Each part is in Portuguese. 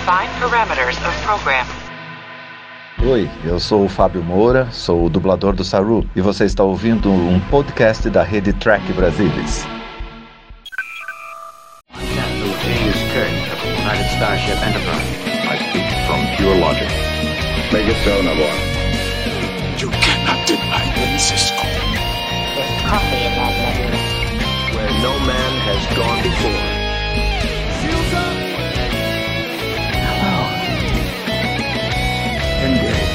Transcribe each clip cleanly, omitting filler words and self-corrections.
Define parameters of program. Oi, eu sou o Fábio Moura, sou o dublador do Saru e você está ouvindo um podcast da rede Trek Brasilis. James Kirk of the United Starship Enterprise. I speak from pure logic. Make it so, Nabor. You cannot deny this call. There's coffee in that letter. Where no man has gone before. Hello. Engage.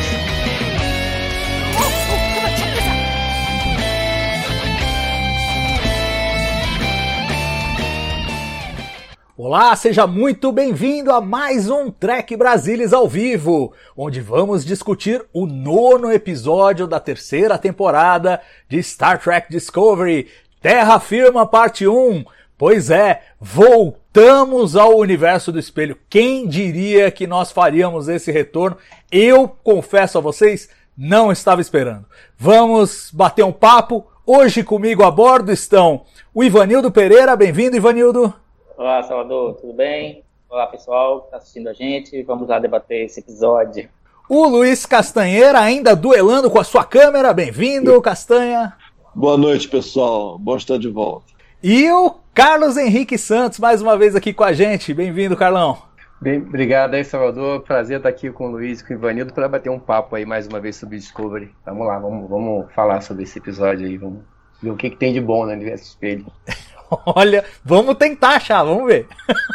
Olá, seja muito bem-vindo a mais um Trek Brasilis ao vivo, onde vamos discutir o 9º episódio da 3ª temporada de Star Trek Discovery, Terra Firma Parte 1. Pois é, voltamos ao universo do espelho. Quem diria que nós faríamos esse retorno? Eu, confesso a vocês, não estava esperando. Vamos bater um papo. Hoje comigo a bordo estão o Ivanildo Pereira. Bem-vindo, Ivanildo. Olá, Salvador, tudo bem? Olá, pessoal que está assistindo a gente. Vamos lá debater esse episódio. O Luiz Castanheira, ainda duelando com a sua câmera. Bem-vindo, Castanha. Boa noite, pessoal. Bom estar de volta. E o Carlos Henrique Santos, mais uma vez aqui com a gente. Bem-vindo, Carlão. Bem, obrigado aí, Salvador. Prazer estar aqui com o Luiz e com o Ivanildo para bater um papo aí mais uma vez sobre Discovery. Vamos lá, vamos falar sobre esse episódio aí. Vamos ver o que tem de bom no universo do espelho. Olha, vamos tentar achar, vamos ver.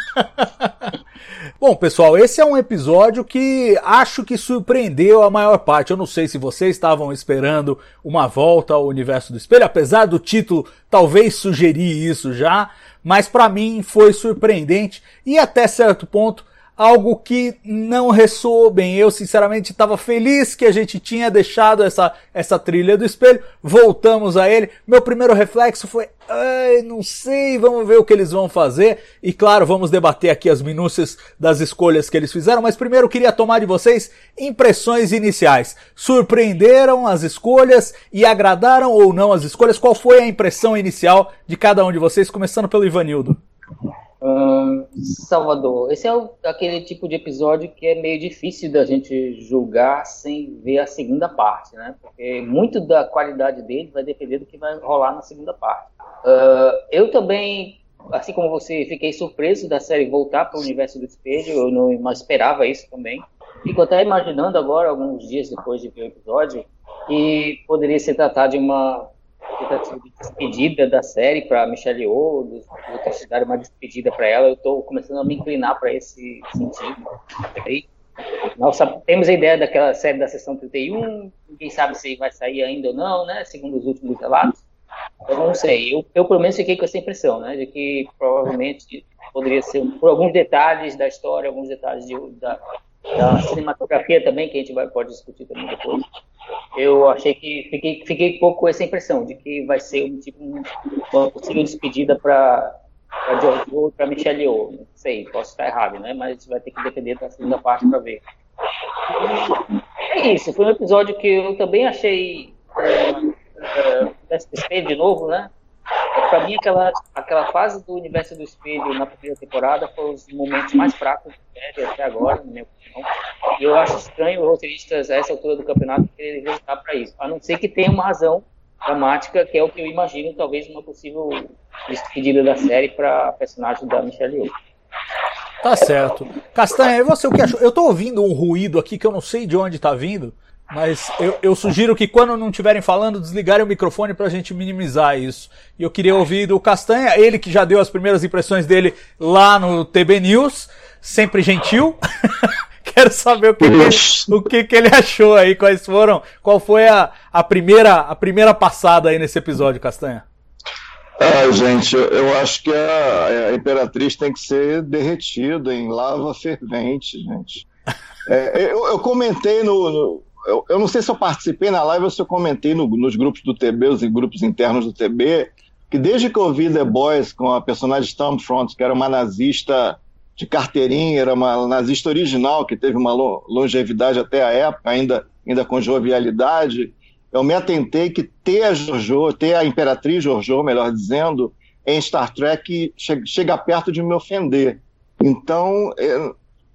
Bom, pessoal, esse é um episódio que acho que surpreendeu a maior parte. Eu não sei se vocês estavam esperando uma volta ao universo do espelho, apesar do título talvez sugerir isso já, mas para mim foi surpreendente e até certo ponto algo que não ressoou bem. Eu, sinceramente, estava feliz que a gente tinha deixado essa trilha do espelho. Voltamos a ele. Meu primeiro reflexo foi, não sei, vamos ver o que eles vão fazer. E, claro, vamos debater aqui as minúcias das escolhas que eles fizeram. Mas primeiro eu queria tomar de vocês impressões iniciais. Surpreenderam as escolhas e agradaram ou não as escolhas? Qual foi a impressão inicial de cada um de vocês? Começando pelo Ivanildo. Salvador, esse é aquele tipo de episódio que é meio difícil da gente julgar sem ver a segunda parte, né? Porque muito da qualidade dele vai depender do que vai rolar na segunda parte. Eu também, assim como você, fiquei surpreso da série voltar para o universo do espelho. Eu não esperava isso também. Fico até imaginando agora, alguns dias depois de ver o episódio, que poderia se tratar de uma tentativa de despedida da série para Michelle Yeoh, dos outros darem uma despedida para ela. Eu estou começando a me inclinar para esse sentido. Nós temos a ideia daquela série da Seção 31, ninguém sabe se vai sair ainda ou não, né, segundo os últimos relatos. Eu não sei, eu pelo menos fiquei com essa impressão, né, de que provavelmente poderia ser por alguns detalhes da história, alguns detalhes da cinematografia também, que a gente pode discutir também depois. Eu achei que fiquei um pouco com essa impressão de que vai ser uma possível despedida para George ou para Michelle Yeoh. Não sei, posso estar errado, né? Mas vai ter que depender da segunda parte para ver. É isso, foi um episódio que eu também achei espelho de novo, né? Para mim, aquela fase do universo do espelho na primeira temporada foi os momentos mais fracos da série até agora, na minha opinião. E eu acho estranho os roteiristas, a essa altura do campeonato, quererem voltar para isso. A não ser que tenha uma razão dramática, que é o que eu imagino, talvez uma possível despedida da série para a personagem da Michelle Yeoh. Tá certo. Castanha, e você o que achou? Eu tô ouvindo um ruído aqui que eu não sei de onde tá vindo. Mas eu sugiro que quando não estiverem falando, desligarem o microfone pra gente minimizar isso. E eu queria ouvir do Castanha, ele que já deu as primeiras impressões dele lá no TB News, sempre gentil. Quero saber o que ele achou aí, qual foi a primeira passada aí nesse episódio, Castanha. Gente, eu acho que a Imperatriz tem que ser derretida em lava fervente, gente. Eu comentei eu não sei se eu participei na live ou se eu comentei nos grupos do TB, os grupos internos do TB, que desde que eu vi The Boys com a personagem Stormfront, que era uma nazista de carteirinha, era uma nazista original, que teve uma longevidade até a época, ainda com jovialidade, eu me atentei que ter a Imperatriz Georgiou, melhor dizendo, em Star Trek chega perto de me ofender. Então,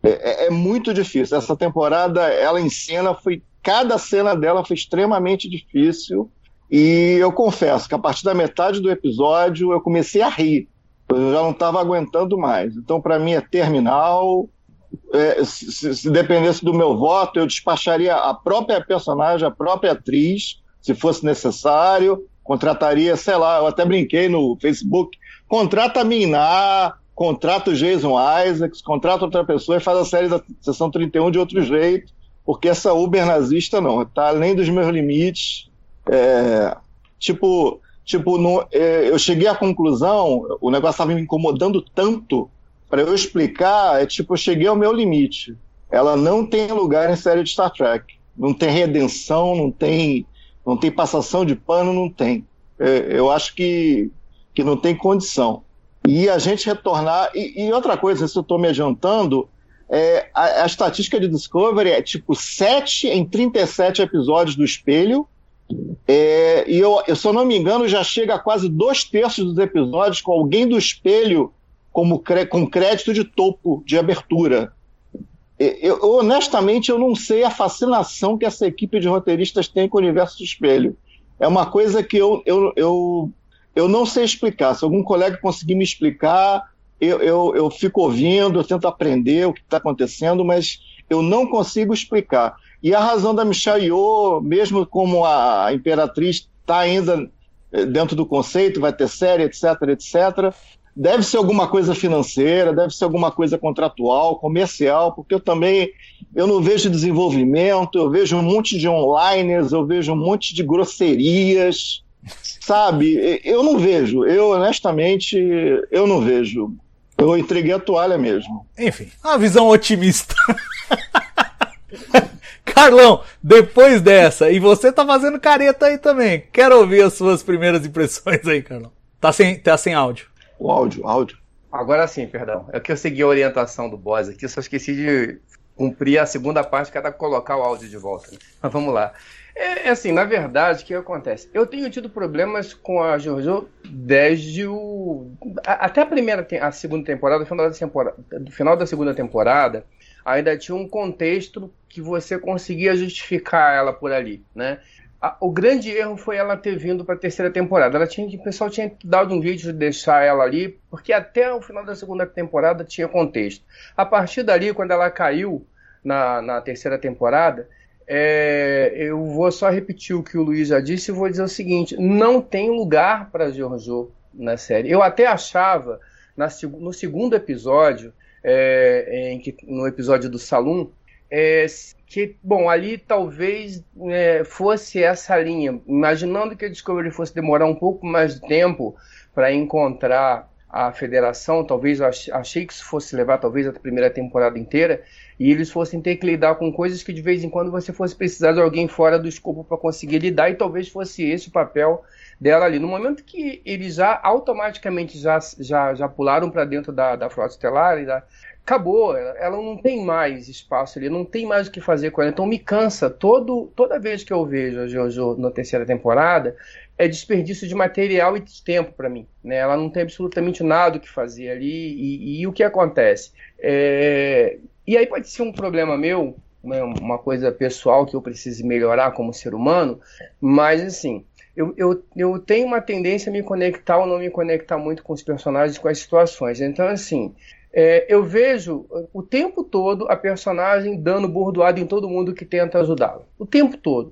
É muito difícil. Essa temporada, ela em cena, cada cena dela foi extremamente difícil. E eu confesso que a partir da metade do episódio eu comecei a rir. Eu já não estava aguentando mais. Então, para mim, é terminal. Se dependesse do meu voto, eu despacharia a própria personagem, a própria atriz, se fosse necessário. Contrataria, sei lá, eu até brinquei no Facebook, contrata a Miná, contrata o Jason Isaacs, contrata outra pessoa e faz a série da Seção 31 de outro jeito, porque essa Uber nazista não, está além dos meus limites. Eu cheguei à conclusão, o negócio estava me incomodando tanto, para eu explicar, eu cheguei ao meu limite. Ela não tem lugar em série de Star Trek. Não tem redenção, não tem passação de pano, não tem. Eu acho que não tem condição. E a gente retornar... E outra coisa, se eu estou me adiantando, a estatística de Discovery é 7 em 37 episódios do Espelho, e eu, se eu não me engano, já chega a quase 2/3 dos episódios com alguém do Espelho com crédito de topo, de abertura. Honestamente, eu não sei a fascinação que essa equipe de roteiristas tem com o universo do Espelho. É uma coisa que eu não sei explicar. Se algum colega conseguir me explicar, eu fico ouvindo, eu tento aprender o que está acontecendo, mas eu não consigo explicar. E a razão da Michelle Yeoh, mesmo como a Imperatriz está ainda dentro do conceito, vai ter série, etc., etc., deve ser alguma coisa financeira, deve ser alguma coisa contratual, comercial, porque eu não vejo desenvolvimento, eu vejo um monte de onliners, eu vejo um monte de grosserias, sabe? Eu não vejo, honestamente, eu não vejo. Eu entreguei a toalha mesmo. Enfim, uma visão otimista. Carlão, depois dessa, e você tá fazendo careta aí também, quero ouvir as suas primeiras impressões aí, Carlão. Tá sem áudio. O áudio. Agora sim, perdão. É que eu segui a orientação do boss aqui, só esqueci de cumprir a segunda parte, que era colocar o áudio de volta. Mas vamos lá. Assim, na verdade, o que acontece? Eu tenho tido problemas com a JoJo desde até a segunda temporada, do final da segunda temporada, ainda tinha um contexto que você conseguia justificar ela por ali, né? O grande erro foi ela ter vindo para a terceira temporada. O pessoal tinha dado um jeito de deixar ela ali, porque até o final da segunda temporada tinha contexto. A partir dali, quando ela caiu na terceira temporada, eu vou só repetir o que o Luiz já disse e vou dizer o seguinte: não tem lugar para JoJo na série. Eu até achava, no segundo episódio, no episódio do Salão, que, bom, ali talvez fosse essa linha, imaginando que a Discovery fosse demorar um pouco mais de tempo para encontrar a Federação, talvez eu achei que isso fosse levar talvez a primeira temporada inteira, e eles fossem ter que lidar com coisas que de vez em quando você fosse precisar de alguém fora do escopo para conseguir lidar, e talvez fosse esse o papel dela ali. No momento que eles já automaticamente já pularam para dentro da Frota Estelar, acabou, ela não tem mais espaço ali, não tem mais o que fazer com ela, então me cansa, toda vez que eu vejo a JoJo na terceira temporada, é desperdício de material e de tempo para mim, né? Ela não tem absolutamente nada o que fazer ali, e o que acontece? E aí pode ser um problema meu, uma coisa pessoal que eu preciso melhorar como ser humano, mas assim, eu tenho uma tendência a me conectar ou não me conectar muito com os personagens, com as situações, então assim, eu vejo o tempo todo a personagem dando bordoada em todo mundo que tenta ajudá-la. O tempo todo.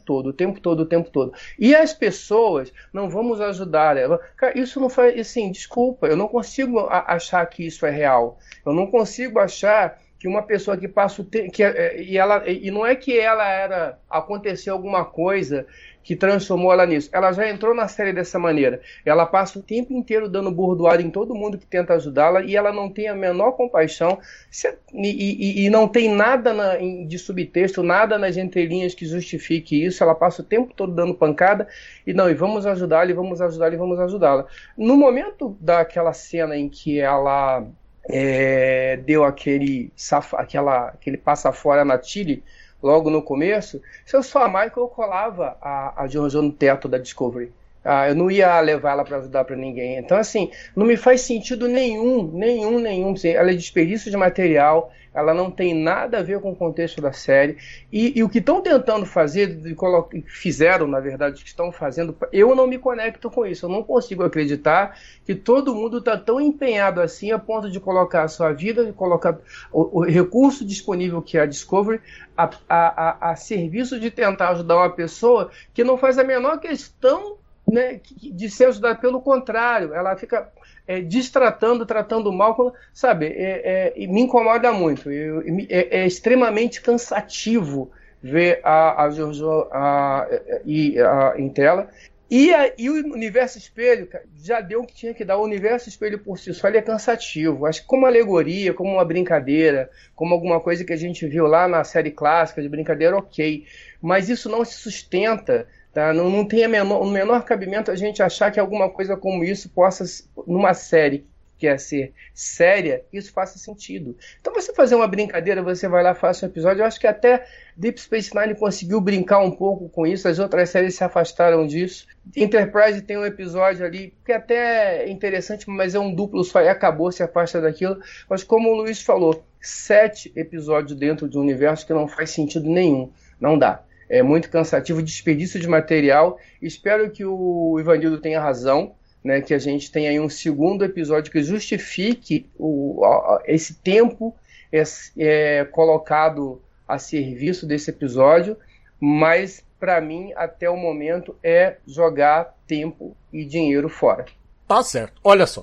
E as pessoas não vamos ajudar ela. Cara, isso não faz... Assim, desculpa, eu não consigo achar que isso é real. Eu não consigo achar que uma pessoa que passa o tempo... E não é que aconteceu alguma coisa que transformou ela nisso. Ela já entrou na série dessa maneira. Ela passa o tempo inteiro dando bordoada em todo mundo que tenta ajudá-la, e ela não tem a menor compaixão, e não tem nada de subtexto, nada nas entrelinhas que justifique isso. Ela passa o tempo todo dando pancada, e vamos ajudá-la. No momento daquela cena em que ela deu aquele passa fora na Tilly, logo no começo, se eu sou a Michael, eu colava a JoJo no teto da Discovery. Eu não ia levar ela para ajudar para ninguém. Então, assim, não me faz sentido nenhum. Ela é desperdício de material, ela não tem nada a ver com o contexto da série. E o que estão tentando fazer, fizeram, na verdade, o que estão fazendo, eu não me conecto com isso. Eu não consigo acreditar que todo mundo está tão empenhado assim a ponto de colocar a sua vida, de colocar o recurso disponível que é a Discovery a serviço de tentar ajudar uma pessoa que não faz a menor questão, né, de ser ajudada. Pelo contrário, ela fica tratando mal, sabe, me incomoda muito. É extremamente cansativo ver a JoJo em tela. E o Universo Espelho, cara, já deu o que tinha que dar. O Universo Espelho por si só ele é cansativo. Acho que como alegoria, como uma brincadeira, como alguma coisa que a gente viu lá na série clássica de brincadeira, ok. Mas isso não se sustenta. Tá? Não tem o menor cabimento a gente achar que alguma coisa como isso possa, numa série que quer ser séria, isso faça sentido. Então você fazer uma brincadeira, você vai lá, faz um episódio. Eu acho que até Deep Space Nine conseguiu brincar um pouco com isso, as outras séries se afastaram disso. Enterprise tem um episódio ali que até é interessante, mas é um duplo só e acabou, se afasta daquilo. Mas como o Luiz falou, 7 episódios dentro de um universo que não faz sentido nenhum, não dá. É muito cansativo, desperdício de material. Espero que o Ivanildo tenha razão, né, que a gente tenha aí um segundo episódio que justifique esse tempo colocado a serviço desse episódio, mas para mim, até o momento, é jogar tempo e dinheiro fora. Tá certo, olha só.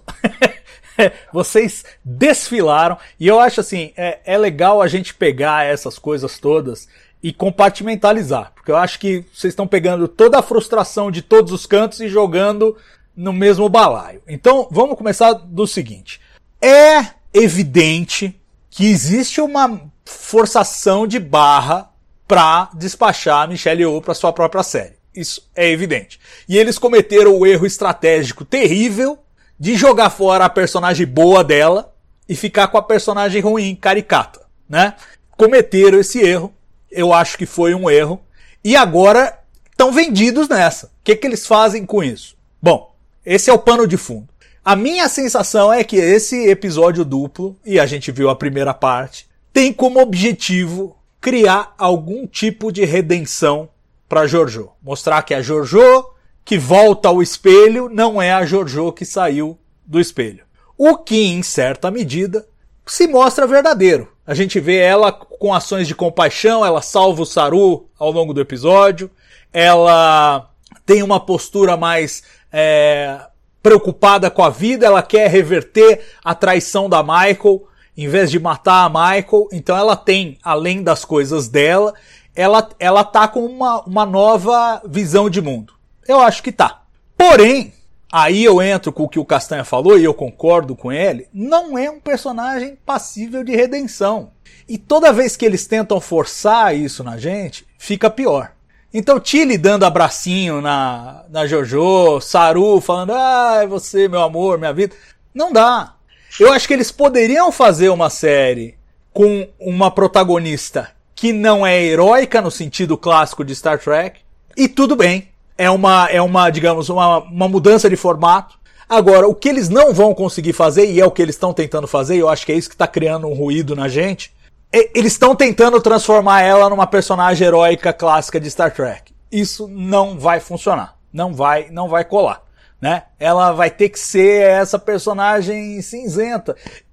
Vocês desfilaram, e eu acho assim, é legal a gente pegar essas coisas todas e compartimentalizar, porque eu acho que vocês estão pegando toda a frustração de todos os cantos e jogando no mesmo balaio. Então, vamos começar do seguinte. É evidente que existe uma forçação de barra para despachar a Michelle Yeoh para sua própria série. Isso é evidente. E eles cometeram o erro estratégico terrível de jogar fora a personagem boa dela e ficar com a personagem ruim, caricata, né? Cometeram esse erro. Eu acho que foi um erro. E agora estão vendidos nessa. O que eles fazem com isso? Bom, esse é o pano de fundo. A minha sensação é que esse episódio duplo, e a gente viu a primeira parte, tem como objetivo criar algum tipo de redenção para JoJo. Mostrar que a JoJo que volta ao espelho não é a JoJo que saiu do espelho. O que, em certa medida, se mostra verdadeiro. A gente vê ela com ações de compaixão, ela salva o Saru ao longo do episódio, ela tem uma postura mais preocupada com a vida, ela quer reverter a traição da Michael, em vez de matar a Michael. Então ela tem, além das coisas dela, ela tá com uma nova visão de mundo. Eu acho que tá. Porém, aí eu entro com o que o Castanha falou, e eu concordo com ele, não é um personagem passível de redenção. E toda vez que eles tentam forçar isso na gente, fica pior. Então Tilly dando abracinho na JoJo, Saru falando, é você, meu amor, minha vida, não dá. Eu acho que eles poderiam fazer uma série com uma protagonista que não é heróica no sentido clássico de Star Trek, e tudo bem. É uma, digamos, uma mudança de formato. Agora, o que eles não vão conseguir fazer, e é o que eles estão tentando fazer, e eu acho que é isso que está criando um ruído na gente, eles estão tentando transformar ela numa personagem heróica clássica de Star Trek. Isso não vai funcionar. Não vai colar, né? Ela vai ter que ser essa personagem cinzenta.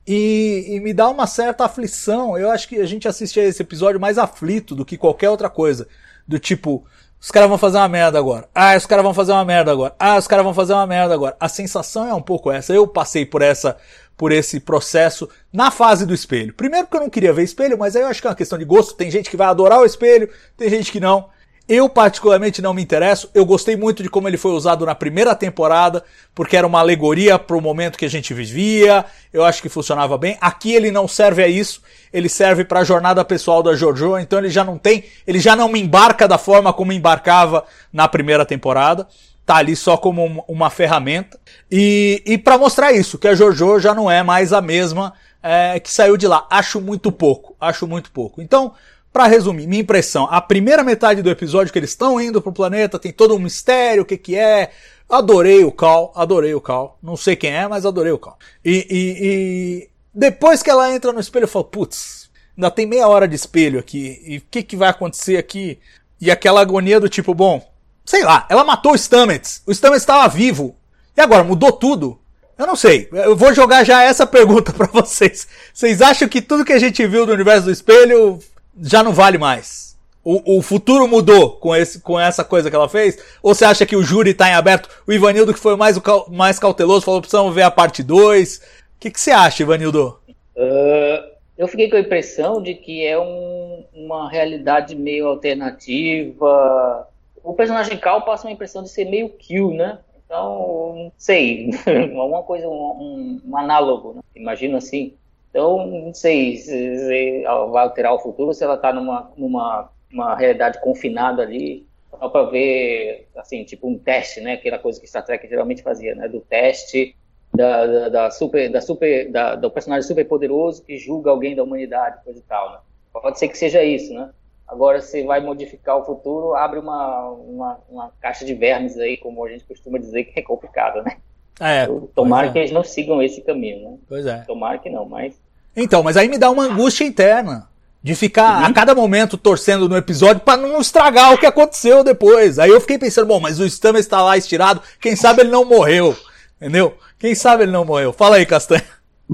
E me dá uma certa aflição. Eu acho que a gente assiste a esse episódio mais aflito do que qualquer outra coisa. Do tipo, os caras vão fazer uma merda agora. Os caras vão fazer uma merda agora. Os caras vão fazer uma merda agora. A sensação é um pouco essa. Eu passei por esse processo na fase do espelho. Primeiro porque eu não queria ver espelho, mas aí eu acho que é uma questão de gosto. Tem gente que vai adorar o espelho, tem gente que não. Eu particularmente não me interesso. Eu gostei muito de como ele foi usado na primeira temporada, porque era uma alegoria para o momento que a gente vivia. Eu acho que funcionava bem. Aqui ele não serve a isso. Ele serve para a jornada pessoal da JoJo. Então ele já não me embarca da forma como embarcava na primeira temporada. Tá ali só como uma ferramenta. E para mostrar isso, que a JoJo já não é mais a mesma que saiu de lá. Acho muito pouco. Então, para resumir, minha impressão, a primeira metade do episódio que eles estão indo pro planeta, tem todo um mistério, o que é, Adorei o Cal. Não sei quem é, mas adorei o Cal. E depois que ela entra no espelho, eu falo, putz, ainda tem meia hora de espelho aqui. E o que vai acontecer aqui? E aquela agonia do tipo, bom, sei lá, ela matou o Stamets. O Stamets estava vivo. E agora, mudou tudo? Eu não sei. Eu vou jogar já essa pergunta pra vocês. Vocês acham que tudo que a gente viu do universo do espelho já não vale mais? O futuro mudou com essa coisa que ela fez? Ou você acha que o júri tá em aberto? O Ivanildo, que foi mais cauteloso, falou, precisamos ver a parte 2. O que você acha, Ivanildo? Eu fiquei com a impressão de que é uma realidade meio alternativa. O personagem Cal passa uma impressão de ser meio Kill, né? Então, não sei, alguma coisa, um análogo, né? Imagino assim. Então, não sei se vai alterar o futuro, se ela está numa realidade confinada ali, só para ver, assim, tipo um teste, né? Aquela coisa que Star Trek geralmente fazia, né? Do teste do personagem super poderoso que julga alguém da humanidade, coisa e tal, né? Pode ser que seja isso, né? Agora, se vai modificar o futuro, abre uma caixa de vermes aí, como a gente costuma dizer, que é complicado, né? Tomara que eles não sigam esse caminho, né? Pois é. Tomara que não, mas... Então, mas aí me dá uma angústia interna de ficar a cada momento torcendo no episódio pra não estragar o que aconteceu depois. Aí eu fiquei pensando, bom, mas o Stamets tá lá estirado, quem sabe ele não morreu, entendeu? Quem sabe ele não morreu. Fala aí, Castanha.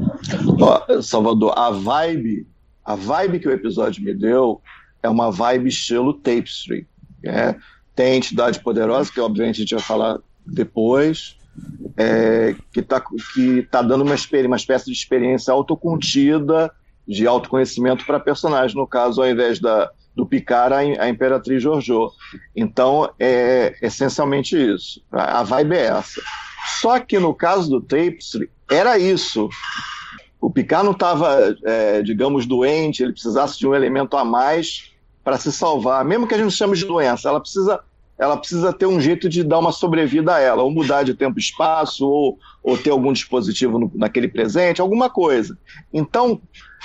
Ó, Salvador, a vibe que o episódio me deu é uma vibe estilo Tapestry. Tem entidade poderosa, que obviamente a gente vai falar depois, que tá dando uma espécie de experiência autocontida, de autoconhecimento para personagem, no caso, ao invés do Picard, a Imperatriz Georgiou. Então, é essencialmente isso. A vibe é essa. Só que no caso do Tapestry, era isso. O Picard não estava, digamos, doente, ele precisasse de um elemento a mais para se salvar. Mesmo que a gente chame de doença, ela precisa ter um jeito de dar uma sobrevida a ela, ou mudar de tempo e espaço, ou ter algum dispositivo naquele presente, alguma coisa. Então,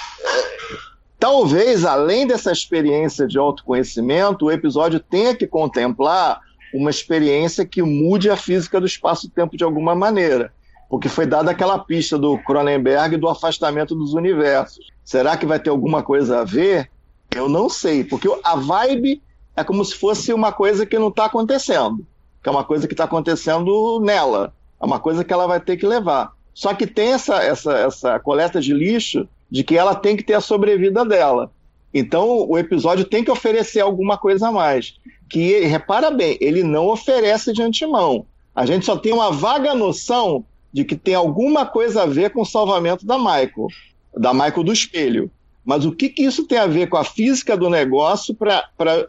talvez, além dessa experiência de autoconhecimento, o episódio tenha que contemplar uma experiência que mude a física do espaço-tempo de alguma maneira. Porque foi dada aquela pista do Cronenberg do afastamento dos universos. Será que vai ter alguma coisa a ver? Eu não sei, porque a vibe é como se fosse uma coisa que não está acontecendo, que é uma coisa que está acontecendo nela, é uma coisa que ela vai ter que levar. Só que tem essa coleta de lixo de que ela tem que ter a sobrevida dela. Então o episódio tem que oferecer alguma coisa a mais. Que, repara bem, ele não oferece de antemão. A gente só tem uma vaga noção de que tem alguma coisa a ver com o salvamento da Michael do espelho. Mas o que isso tem a ver com a física do negócio para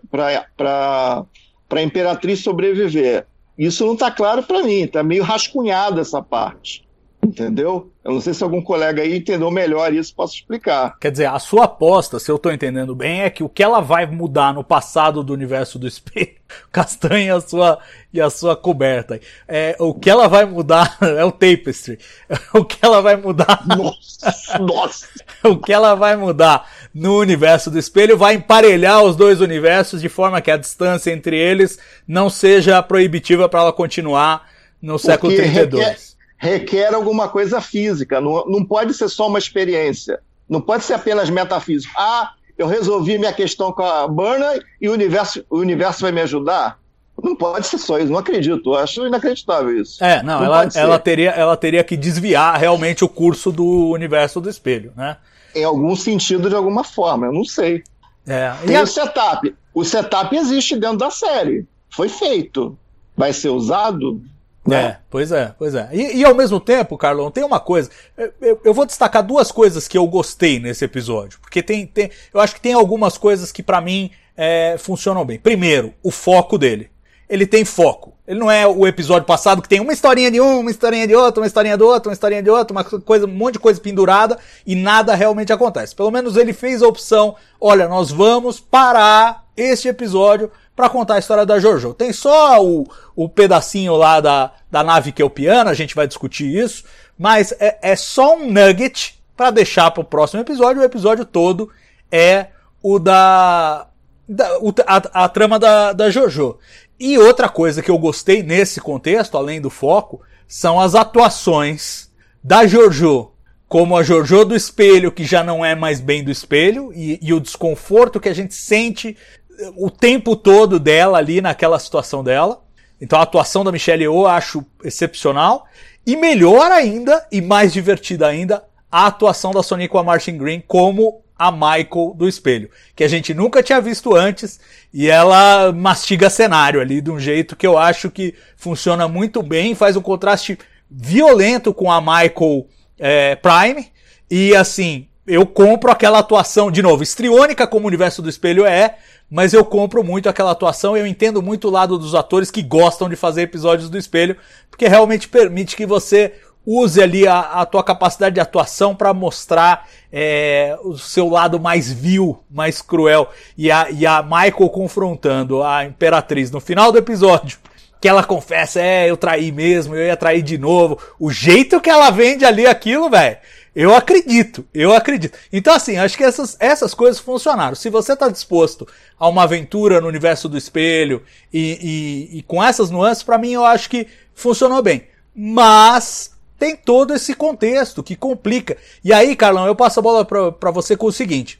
a Imperatriz sobreviver? Isso não está claro para mim, está meio rascunhada essa parte. Entendeu? Eu não sei se algum colega aí entendeu melhor isso, posso explicar. Quer dizer, a sua aposta, se eu estou entendendo bem, é que o que ela vai mudar no passado do universo do espelho, Castanha e a sua coberta, o que ela vai mudar é o Tapestry. O que ela vai mudar... Nossa! O que ela vai mudar no universo do espelho vai emparelhar os dois universos de forma que a distância entre eles não seja proibitiva para ela continuar no século 32. Requer alguma coisa física, não pode ser só uma experiência, não pode ser apenas metafísico. Eu resolvi minha questão com a Burnham e o universo vai me ajudar? Não pode ser só isso, não acredito, eu acho inacreditável isso. Não ela teria que desviar realmente o curso do universo do espelho, né? Em algum sentido, de alguma forma, eu não sei. Tem o setup. O setup existe dentro da série, foi feito. Vai ser usado? Pois é. E ao mesmo tempo, Carlão, tem uma coisa. Eu vou destacar duas coisas que eu gostei nesse episódio. Porque eu acho que tem algumas coisas que pra mim funcionam bem. Primeiro, o foco dele. Ele tem foco. Ele não é o episódio passado que tem uma historinha de um, uma historinha de outro, uma historinha de outro, uma historinha de outro, um monte de coisa pendurada e nada realmente acontece. Pelo menos ele fez a opção, olha, nós vamos parar este episódio pra contar a história da Georgiou. Tem só o pedacinho lá da nave Kelpiana, a gente vai discutir isso, mas é só um nugget pra deixar pro próximo episódio. O episódio todo é a trama da Georgiou. E outra coisa que eu gostei nesse contexto, além do foco, são as atuações da JoJo, como a JoJo do espelho, que já não é mais bem do espelho, e o desconforto que a gente sente o tempo todo dela ali naquela situação dela. Então a atuação da Michelle Yeoh eu acho excepcional. E melhor ainda, e mais divertida ainda, a atuação da Sonequa Martin Green como a Michael do espelho, que a gente nunca tinha visto antes, e ela mastiga cenário ali de um jeito que eu acho que funciona muito bem, faz um contraste violento com a Michael Prime, e assim, eu compro aquela atuação, de novo, estriônica como o universo do espelho mas eu compro muito aquela atuação, eu entendo muito o lado dos atores que gostam de fazer episódios do espelho, porque realmente permite que você use ali a tua capacidade de atuação para mostrar o seu lado mais vil, mais cruel. E a Michael confrontando a Imperatriz no final do episódio, que ela confessa, eu traí mesmo, eu ia trair de novo. O jeito que ela vende ali aquilo, velho, eu acredito. Então assim, acho que essas coisas funcionaram. Se você tá disposto a uma aventura no universo do espelho e com essas nuances, pra mim eu acho que funcionou bem. Mas tem todo esse contexto que complica. E aí, Carlão, eu passo a bola pra você com o seguinte.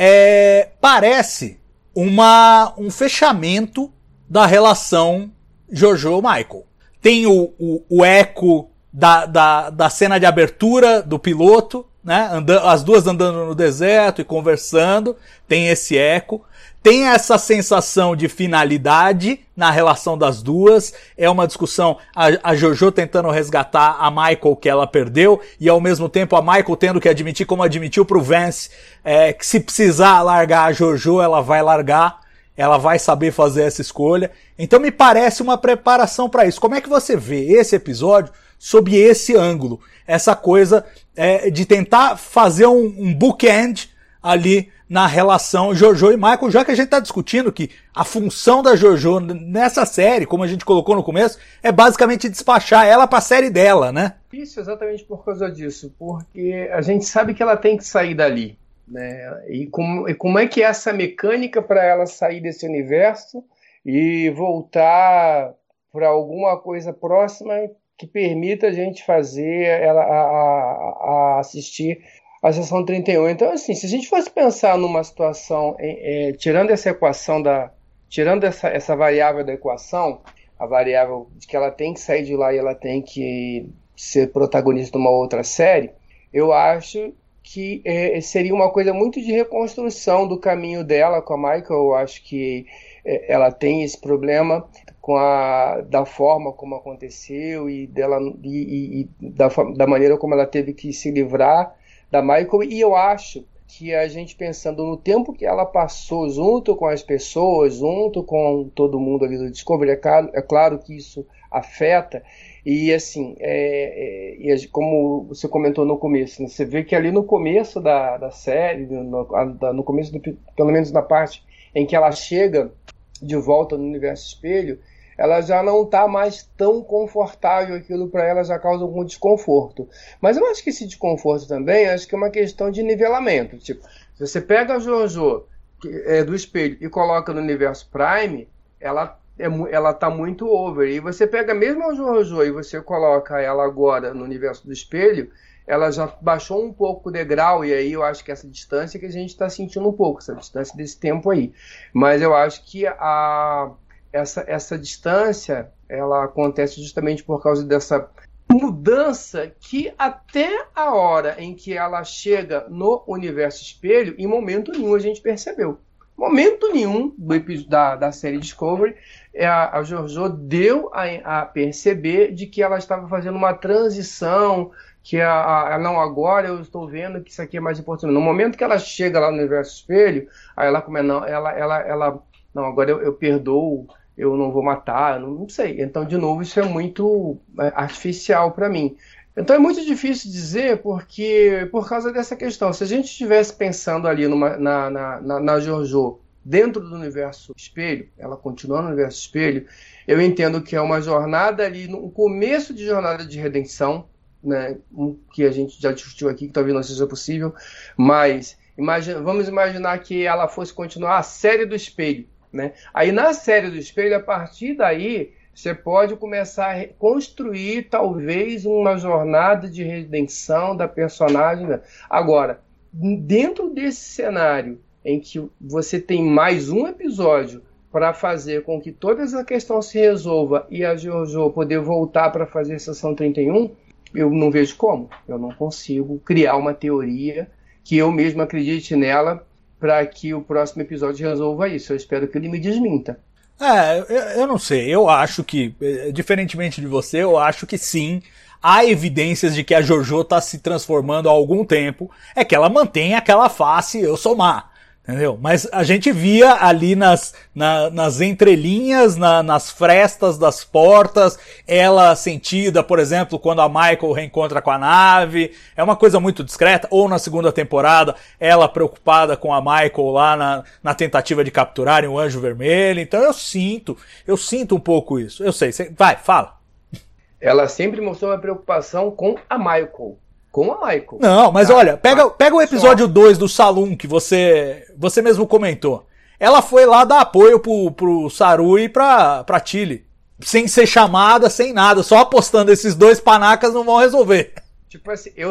Parece um fechamento da relação JoJo-Michael. Tem o eco da cena de abertura do piloto, né? As duas andando no deserto e conversando. Tem esse eco. Tem essa sensação de finalidade na relação das duas. É uma discussão, a JoJo tentando resgatar a Michael que ela perdeu, e ao mesmo tempo a Michael tendo que admitir, como admitiu pro Vance, que se precisar largar a JoJo, ela vai largar, ela vai saber fazer essa escolha. Então me parece uma preparação para isso. Como é que você vê esse episódio sob esse ângulo? Essa coisa de tentar fazer um bookend ali na relação JoJo e Michael, já que a gente está discutindo que a função da JoJo nessa série, como a gente colocou no começo, é basicamente despachar ela para a série dela, né? Isso, exatamente por causa disso, porque a gente sabe que ela tem que sair dali, né? E como é que é essa mecânica para ela sair desse universo e voltar para alguma coisa próxima que permita a gente fazer ela a assistir a sessão 31. Então, assim, se a gente fosse pensar numa situação, tirando essa equação, tirando essa variável da equação, a variável de que ela tem que sair de lá e ela tem que ser protagonista de uma outra série, eu acho que seria uma coisa muito de reconstrução do caminho dela com a Michael. Eu acho que ela tem esse problema da forma como aconteceu e da maneira como ela teve que se livrar da Michael, e eu acho que a gente pensando no tempo que ela passou junto com as pessoas, junto com todo mundo ali do Discovery, é claro que isso afeta, e assim, como você comentou no começo, né, você vê que ali no começo da série, no começo, pelo menos na parte em que ela chega de volta no universo espelho, ela já não está mais tão confortável, aquilo para ela já causa algum desconforto. Mas eu acho que esse desconforto também, acho que é uma questão de nivelamento. Tipo, se você pega a JoJo do espelho e coloca no universo Prime, ela está muito over. E você pega mesmo a JoJo e você coloca ela agora no universo do espelho, ela já baixou um pouco o degrau, e aí eu acho que essa distância que a gente está sentindo um pouco, essa distância desse tempo aí. Mas eu acho que essa distância, ela acontece justamente por causa dessa mudança que até a hora em que ela chega no universo espelho, em momento nenhum a gente percebeu. Momento nenhum da série Discovery, a JoJo deu a perceber de que ela estava fazendo uma transição, que não, agora eu estou vendo que isso aqui é mais importante. No momento que ela chega lá no universo espelho, aí ela não, agora eu perdoo, eu não vou matar, não sei. Então, de novo, isso é muito artificial para mim. Então é muito difícil dizer, porque por causa dessa questão. Se a gente estivesse pensando ali na JoJo dentro do universo espelho, ela continua no universo espelho, eu entendo que é uma jornada ali, um começo de jornada de redenção, né, que a gente já discutiu aqui, que talvez não seja possível, mas vamos imaginar que ela fosse continuar a série do espelho. né? Aí na série do espelho, a partir daí, você pode começar a construir talvez uma jornada de redenção da personagem. Agora, dentro desse cenário em que você tem mais um episódio para fazer com que toda essa questão se resolva e a JoJo poder voltar para fazer a sessão 31, eu não vejo como. Eu não consigo criar uma teoria que eu mesmo acredite nela para que o próximo episódio resolva isso. Eu espero que ele me desminta. Eu não sei. Eu acho que, diferentemente de você, eu acho que sim, há evidências de que a JoJo está se transformando há algum tempo. É que ela mantém aquela face, eu sou má. Entendeu? Mas a gente via ali nas entrelinhas, nas frestas das portas, ela sentida, por exemplo, quando a Michael reencontra com a nave, é uma coisa muito discreta, ou na segunda temporada, ela preocupada com a Michael lá na tentativa de capturarem o Anjo Vermelho. Então eu sinto um pouco isso. Eu sei, vai, fala. Ela sempre mostrou uma preocupação com a Michael. Não, mas olha, pega o episódio 2 do Saloon, que você mesmo comentou. Ela foi lá dar apoio pro Saru e pra Tilly. Sem ser chamada, sem nada. Só apostando esses dois panacas não vão resolver. Tipo assim, eu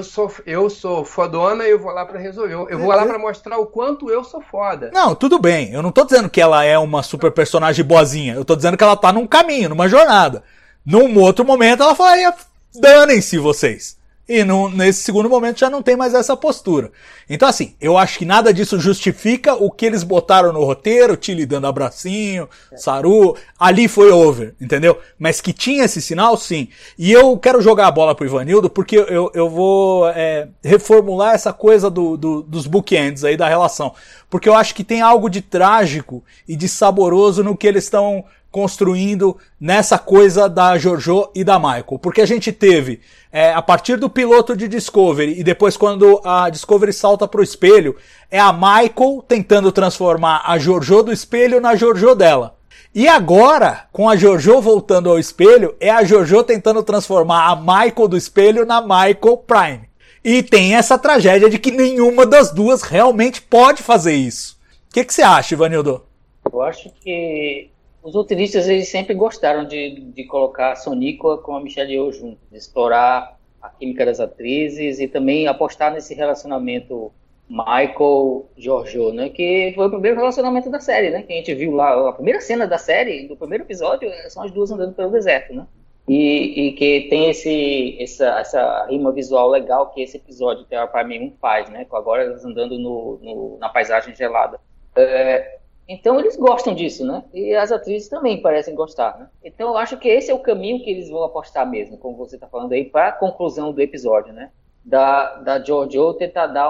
sou fodona e eu vou lá pra resolver. Eu vou lá pra mostrar o quanto eu sou foda. Não, tudo bem. Eu não tô dizendo que ela é uma super personagem boazinha. Eu tô dizendo que ela tá num caminho, numa jornada. Num outro momento ela falaria, danem-se vocês. E nesse segundo momento já não tem mais essa postura. Então assim, eu acho que nada disso justifica o que eles botaram no roteiro, Tilly dando abracinho, Saru, ali foi over, entendeu? Mas que tinha esse sinal, sim. E eu quero jogar a bola pro Ivanildo, porque eu vou reformular essa coisa dos bookends aí da relação. Porque eu acho que tem algo de trágico e de saboroso no que eles estão construindo nessa coisa da JoJo e da Michael. Porque a gente teve, a partir do piloto de Discovery e depois quando a Discovery salta pro espelho, é a Michael tentando transformar a JoJo do espelho na JoJo dela. E agora, com a JoJo voltando ao espelho, é a JoJo tentando transformar a Michael do espelho na Michael Prime. E tem essa tragédia de que nenhuma das duas realmente pode fazer isso. O que você acha, Ivanildo? Eu acho que os roteiristas eles sempre gostaram de colocar a Sonequa com a Michelle Yeoh junto, de explorar a química das atrizes e também apostar nesse relacionamento Michael-JoJo, né? Que foi o primeiro relacionamento da série, né? Que a gente viu lá, a primeira cena da série, do primeiro episódio, são as duas andando pelo deserto, né? E que tem essa rima visual legal que esse episódio que a Prime 1 faz, né? Agora elas andando na paisagem gelada. Então eles gostam disso, né? E as atrizes também parecem gostar, né? Então eu acho que esse é o caminho que eles vão apostar mesmo, como você está falando aí, para a conclusão do episódio, né? Da JoJo tentar dar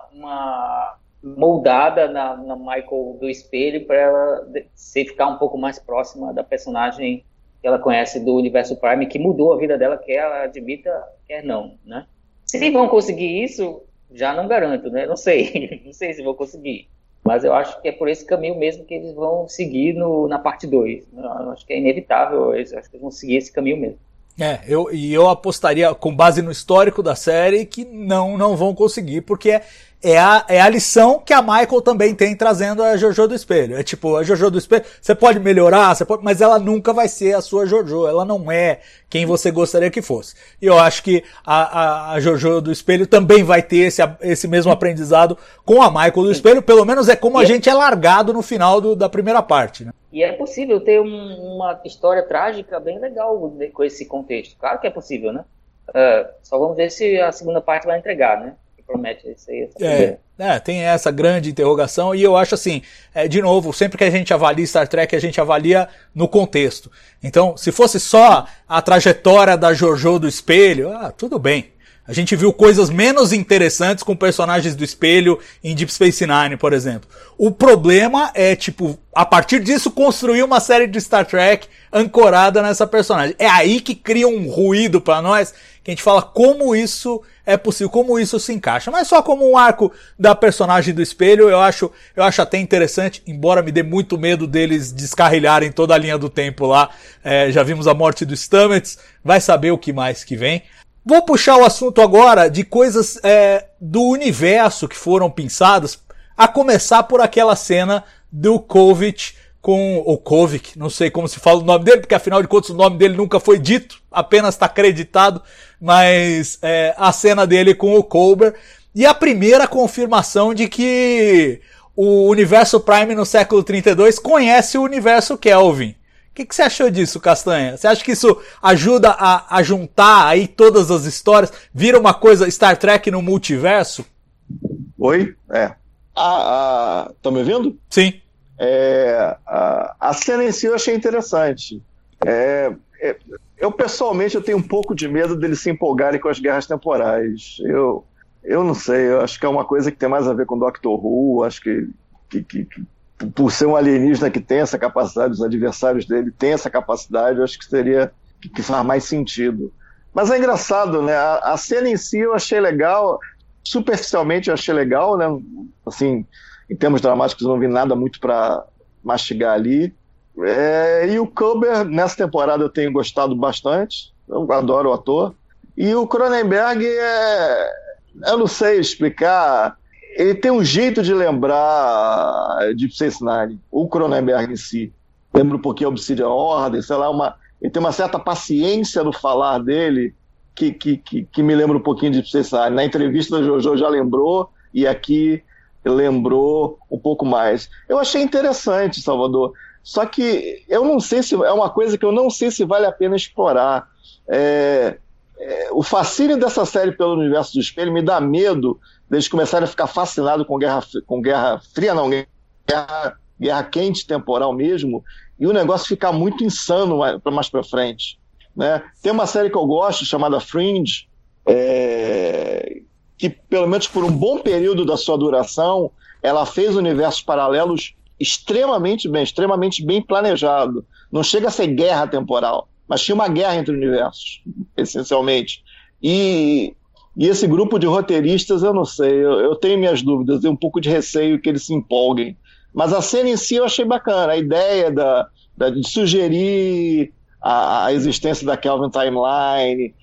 uma moldada na Michael do espelho para ela ficar um pouco mais próxima da personagem que ela conhece do universo Prime, que mudou a vida dela, quer ela admita, quer não, né? Se vão conseguir isso, já não garanto, né? Não sei se vão conseguir. Mas eu acho que é por esse caminho mesmo que eles vão seguir na parte 2. Eu acho que é inevitável, acho que eles vão seguir esse caminho mesmo. Eu apostaria, com base no histórico da série, que não vão conseguir, porque é a lição que a Michael também tem trazendo a JoJo do espelho. É tipo, a JoJo do espelho, você pode melhorar, mas ela nunca vai ser a sua JoJo, ela não é quem você gostaria que fosse. E eu acho que a JoJo do espelho também vai ter esse mesmo aprendizado com a Michael do espelho, pelo menos é como a gente é largado no final da primeira parte, né? E é possível ter uma história trágica bem legal com esse contexto. Claro que é possível, né? Só vamos ver se a segunda parte vai entregar, né? Que promete isso aí. Tem essa grande interrogação e eu acho assim, de novo, sempre que a gente avalia Star Trek, a gente avalia no contexto. Então, se fosse só a trajetória da JoJo do espelho, tudo bem. A gente viu coisas menos interessantes com personagens do espelho em Deep Space Nine, por exemplo. O problema é, a partir disso, construir uma série de Star Trek ancorada nessa personagem. É aí que cria um ruído pra nós, que a gente fala como isso é possível, como isso se encaixa. Mas só como um arco da personagem do espelho, eu acho até interessante, embora me dê muito medo deles descarrilharem toda a linha do tempo lá. Já vimos a morte do Stamets, vai saber o que mais que vem. Vou puxar o assunto agora de coisas do universo que foram pensadas, a começar por aquela cena do Kovich com o Kovic, não sei como se fala o nome dele, porque afinal de contas o nome dele nunca foi dito, apenas está acreditado, mas a cena dele com o Culber, e a primeira confirmação de que o universo Prime no século 32 conhece o universo Kelvin. O que você achou disso, Castanha? Você acha que isso ajuda a juntar aí todas as histórias, vira uma coisa Star Trek no multiverso? Oi? Tá me ouvindo? Sim. A cena em si eu achei interessante. Eu pessoalmente tenho um pouco de medo deles se empolgarem com as guerras temporais. Eu não sei, eu acho que é uma coisa que tem mais a ver com Doctor Who, acho que por ser um alienígena que tem essa capacidade, os adversários dele têm essa capacidade, eu acho que seria que faz mais sentido. Mas é engraçado, né? A cena em si eu achei legal, superficialmente eu achei legal, né? Assim, em termos dramáticos, eu não vi nada muito para mastigar ali. E o Culber, nessa temporada, eu tenho gostado bastante. Eu adoro o ator. E o Cronenberg, eu não sei explicar. Ele tem um jeito de lembrar Deep Space Nine, o Cronenberg em si. Lembra um pouquinho a Obsidian Order, sei lá, ele tem uma certa paciência no falar dele que me lembra um pouquinho de Deep Space Nine. Na entrevista da JoJo já lembrou, e aqui lembrou um pouco mais. Eu achei interessante, Salvador, só que eu não sei se é uma coisa que eu não sei se vale a pena explorar. O fascínio dessa série pelo universo do espelho me dá medo deles começarem a ficar fascinados com guerra fria, não, guerra quente temporal mesmo, e o negócio ficar muito insano mais pra frente, né? Tem uma série que eu gosto chamada Fringe, que pelo menos por um bom período da sua duração, ela fez universos paralelos extremamente bem planejado. Não chega a ser guerra temporal, mas tinha uma guerra entre universos, essencialmente. E esse grupo de roteiristas, eu não sei, eu tenho minhas dúvidas, tenho um pouco de receio que eles se empolguem. Mas a cena em si eu achei bacana, a ideia de sugerir a existência da Kelvin Timeline.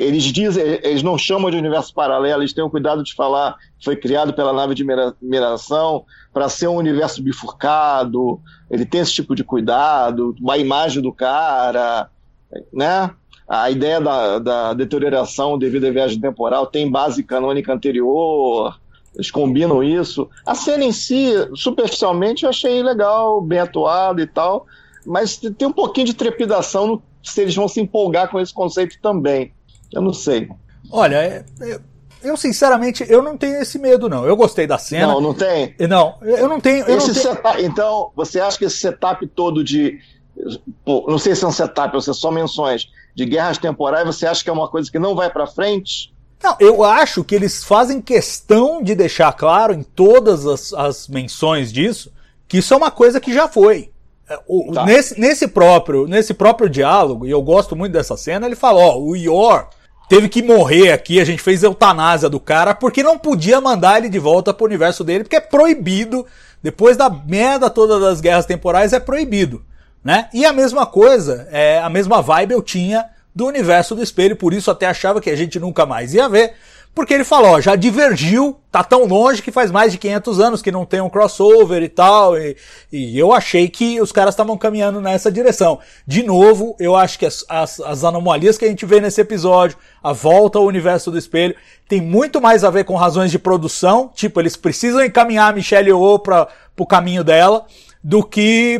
Eles não chamam de universo paralelo, eles têm o cuidado de falar que foi criado pela nave de mineração para ser um universo bifurcado. Ele tem esse tipo de cuidado, a imagem do cara, né? A ideia da deterioração devido à viagem temporal tem base canônica anterior, eles combinam isso. A cena em si, superficialmente, eu achei legal, bem atuada e tal, mas tem um pouquinho de trepidação se eles vão se empolgar com esse conceito também. Eu não sei. Olha, eu sinceramente, eu não tenho esse medo, não. Eu gostei da cena. Não tem? Não, eu não tenho. Então, você acha que esse setup todo de... não sei se é um setup ou se é só menções de guerras temporais, você acha que é uma coisa que não vai pra frente? Não, eu acho que eles fazem questão de deixar claro em todas as menções disso, que isso é uma coisa que já foi. Tá. Nesse próprio diálogo, e eu gosto muito dessa cena, ele fala, o Yor teve que morrer aqui, a gente fez eutanásia do cara, porque não podia mandar ele de volta pro universo dele, porque é proibido, depois da merda toda das guerras temporais, é proibido, né? E a mesma coisa, a mesma vibe eu tinha do universo do espelho, por isso até achava que a gente nunca mais ia ver, porque ele falou, já divergiu, tá tão longe que faz mais de 500 anos que não tem um crossover e tal, e eu achei que os caras estavam caminhando nessa direção. De novo, eu acho que as anomalias que a gente vê nesse episódio, a volta ao universo do espelho, tem muito mais a ver com razões de produção, tipo, eles precisam encaminhar a Michelle Yeoh pro caminho dela, do que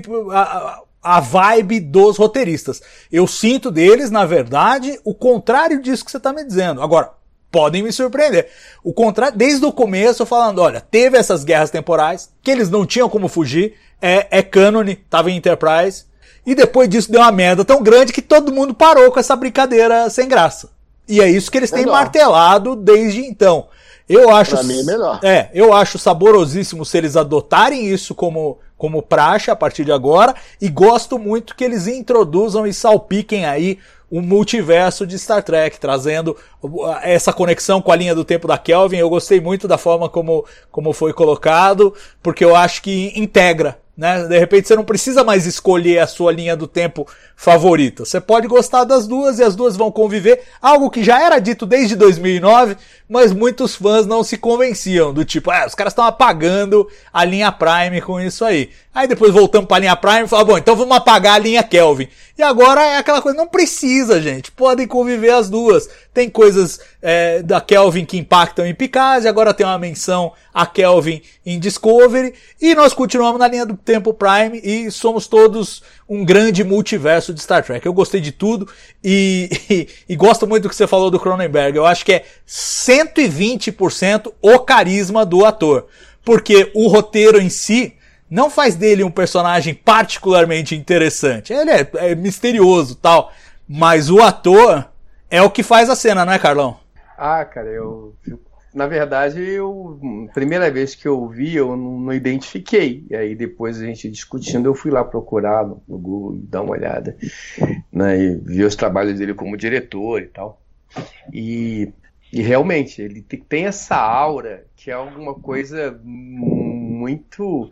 a vibe dos roteiristas. Eu sinto deles, na verdade, o contrário disso que você tá me dizendo. Agora, podem me surpreender. O contrário, desde o começo, falando, olha, teve essas guerras temporais, que eles não tinham como fugir, é cânone, tava em Enterprise, e depois disso deu uma merda tão grande que todo mundo parou com essa brincadeira sem graça. E é isso que eles têm martelado desde então. Eu acho, pra mim é melhor. Eu acho saborosíssimo se eles adotarem isso como praxe a partir de agora, e gosto muito que eles introduzam e salpiquem aí o multiverso de Star Trek, trazendo essa conexão com a linha do tempo da Kelvin. Eu gostei muito da forma como foi colocado, porque eu acho que integra, né? De repente você não precisa mais escolher a sua linha do tempo favorita. Você pode gostar das duas e as duas vão conviver, algo que já era dito desde 2009, mas muitos fãs não se convenciam, do tipo, os caras estão apagando a linha Prime com isso aí. Aí depois voltamos pra linha Prime e falamos, bom, então vamos apagar a linha Kelvin. E agora é aquela coisa, não precisa, gente. Podem conviver as duas. Tem coisas da Kelvin que impactam em Picard, agora tem uma menção a Kelvin em Discovery. E nós continuamos na linha do tempo Prime e somos todos um grande multiverso de Star Trek. Eu gostei de tudo e gosto muito do que você falou do Cronenberg. Eu acho que é 120% o carisma do ator. Porque o roteiro em si não faz dele um personagem particularmente interessante. Ele é misterioso e tal, mas o ator é o que faz a cena, não é, Carlão? Ah, cara, na verdade, primeira vez que eu vi, eu não identifiquei. E aí depois a gente discutindo, eu fui lá procurar no Google, dar uma olhada, né, e vi os trabalhos dele como diretor e tal. E realmente, ele tem essa aura que é alguma coisa muito...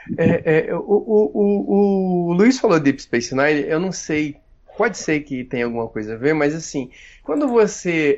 O Luiz falou Deep Space Nine, eu não sei, pode ser que tenha alguma coisa a ver, mas assim, quando você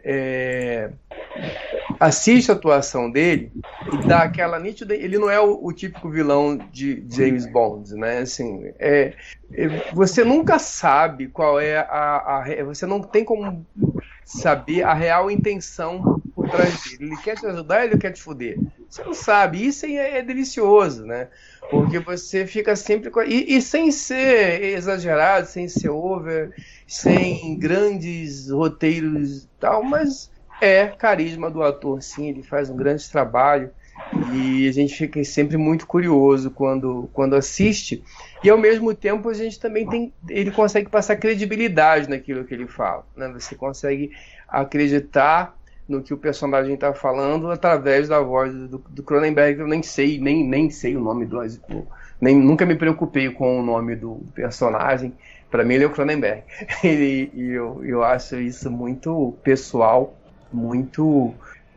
assiste a atuação dele, e dá aquela nítida... Ele não é o típico vilão de James Bond, né? Assim, você nunca sabe qual é você não tem como saber a real intenção por trás dele. Ele quer te ajudar ou ele quer te fuder? Você não sabe. Isso é delicioso, né? Porque você fica sempre... E sem ser exagerado, sem ser over, sem grandes roteiros e tal, mas é carisma do ator, sim. Ele faz um grande trabalho e a gente fica sempre muito curioso quando assiste. E ao mesmo tempo a gente também ele consegue passar credibilidade naquilo que ele fala, né? Você consegue acreditar no que o personagem está falando através da voz do Cronenberg. Eu nem sei o nome nunca me preocupei com o nome do personagem. Para mim ele é o Cronenberg. Eu acho isso muito pessoal, muito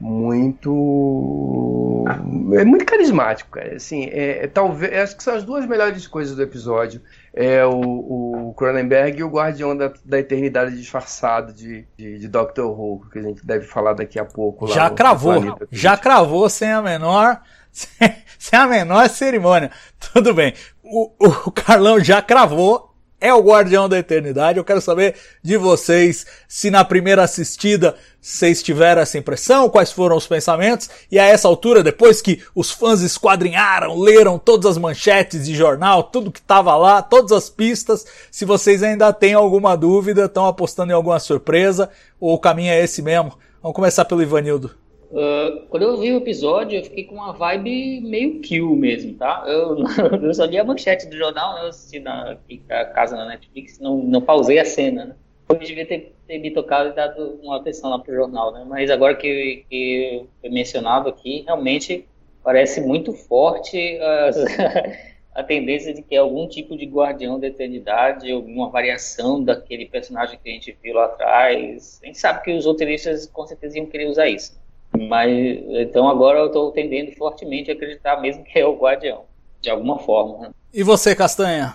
carismático, cara. Assim, talvez, acho que são as duas melhores coisas do episódio, o Cronenberg e o Guardião da Eternidade disfarçado de Doctor Who, que a gente deve falar daqui a pouco. Já cravou sem a menor cerimônia. Tudo bem, o Carlão já cravou. É o Guardião da Eternidade. Eu quero saber de vocês se na primeira assistida vocês tiveram essa impressão, quais foram os pensamentos, e a essa altura, depois que os fãs esquadrinharam, leram todas as manchetes de jornal, tudo que estava lá, todas as pistas, se vocês ainda têm alguma dúvida, estão apostando em alguma surpresa, ou o caminho é esse mesmo. Vamos começar pelo Ivanildo. Quando eu vi o episódio, eu fiquei com uma vibe meio Kill mesmo, tá? Eu só li a manchete do jornal, né? Eu assisti na casa na Netflix, não pausei a cena, né? Eu devia ter me tocado e dado uma atenção lá pro jornal, né? Mas agora que foi mencionado aqui, realmente parece muito forte a tendência de que é algum tipo de Guardião da Eternidade, alguma variação daquele personagem que a gente viu lá atrás. A gente sabe que os roteiristas com certeza iam querer usar isso. Mas, então agora eu estou tendendo fortemente a acreditar mesmo que é o Guardião, de alguma forma. Né? E você, Castanha?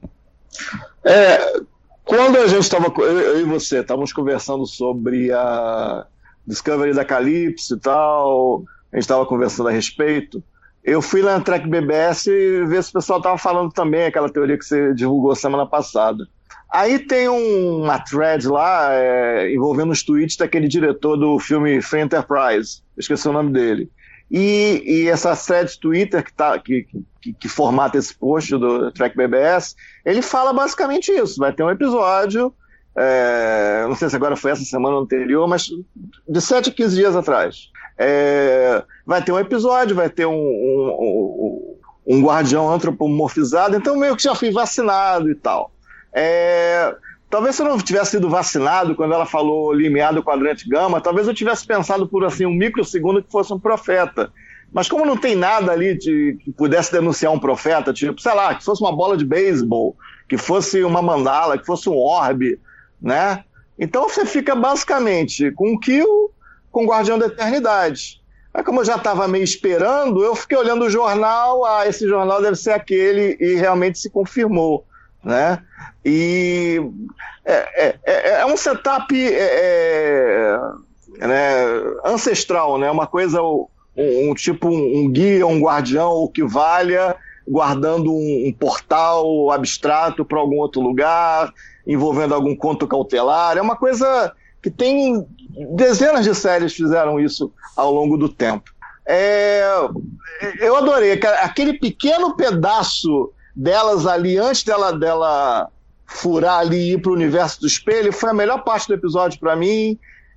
Quando a gente estava, eu e você, estávamos conversando sobre a Discovery da Calypso e tal, a gente estava conversando a respeito, eu fui lá na Trek BBS e ver se o pessoal estava falando também, aquela teoria que você divulgou semana passada. Aí tem uma thread lá envolvendo os tweets daquele diretor do filme Free Enterprise, esqueci o nome dele. E essa thread Twitter que formata esse post do Trek BBS, ele fala basicamente isso. Vai ter um episódio, não sei se agora foi essa semana anterior, mas de 7 a 15 dias atrás. Vai ter um episódio, vai ter um guardião antropomorfizado, então meio que já fui vacinado e tal. Talvez se eu não tivesse sido vacinado quando ela falou limiar do quadrante gama, talvez eu tivesse pensado por assim um microsegundo que fosse um profeta. Mas como não tem nada ali que pudesse denunciar um profeta, tipo, sei lá, que fosse uma bola de beisebol, que fosse uma mandala, que fosse um orbe, né? Então você fica basicamente com um Kill, com o Guardião da Eternidade. Aí como eu já estava meio esperando, eu fiquei olhando o jornal, esse jornal deve ser aquele, e realmente se confirmou, né? E é um setup ancestral, né? Uma coisa, um tipo um guia, um guardião, o que valha, guardando um portal abstrato para algum outro lugar, envolvendo algum conto cautelar. É uma coisa que tem... Dezenas de séries fizeram isso ao longo do tempo. Eu adorei. Aquele pequeno pedaço delas ali, antes dela furar ali e ir para o universo do espelho, foi a melhor parte do episódio para mim.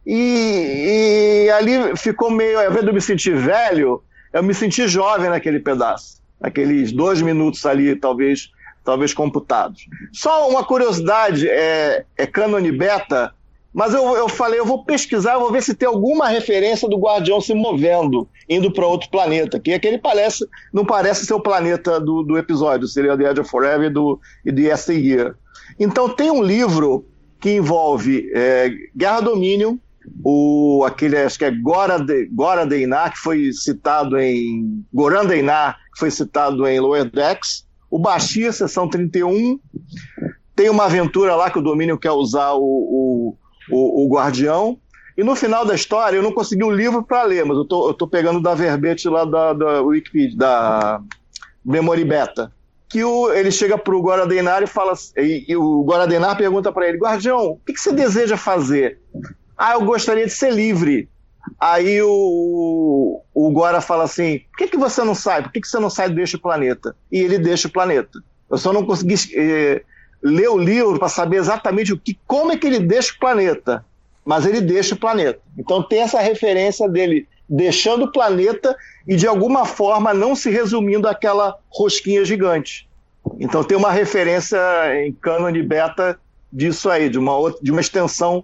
E ali ficou meio... Ao invés de eu me sentir velho, eu me senti jovem naquele pedaço. Aqueles 2 minutos ali, talvez computados. Só uma curiosidade, é Canon Beta, mas eu falei, eu vou pesquisar, eu vou ver se tem alguma referência do Guardião se movendo, indo para outro planeta, que aquele não parece ser o planeta do episódio, seria The Edge of Forever e The Yesteryear. Então tem um livro que envolve Guerra Dominion, aquele, acho que é Goran Deinar, que foi citado em Goran Deinar, que foi citado em Lower Decks, o Bashir, Seção 31, tem uma aventura lá que o Dominion quer usar o Guardião, e no final da história eu não consegui o livro para ler, mas eu tô pegando da verbete lá da Wikipedia, da Memory Beta, que ele chega pro Goran Deinar e fala, e o Goran Deinar pergunta para ele: Guardião, o que você deseja fazer? Eu gostaria de ser livre. Aí o Gora fala assim: por que você não sai? Por que você não sai e deixa o planeta? E ele deixa o planeta. Eu só não consegui ler o livro para saber exatamente como é que ele deixa o planeta. Mas ele deixa o planeta. Então tem essa referência dele deixando o planeta e de alguma forma não se resumindo àquela rosquinha gigante. Então tem uma referência em Canon Beta disso aí, de uma extensão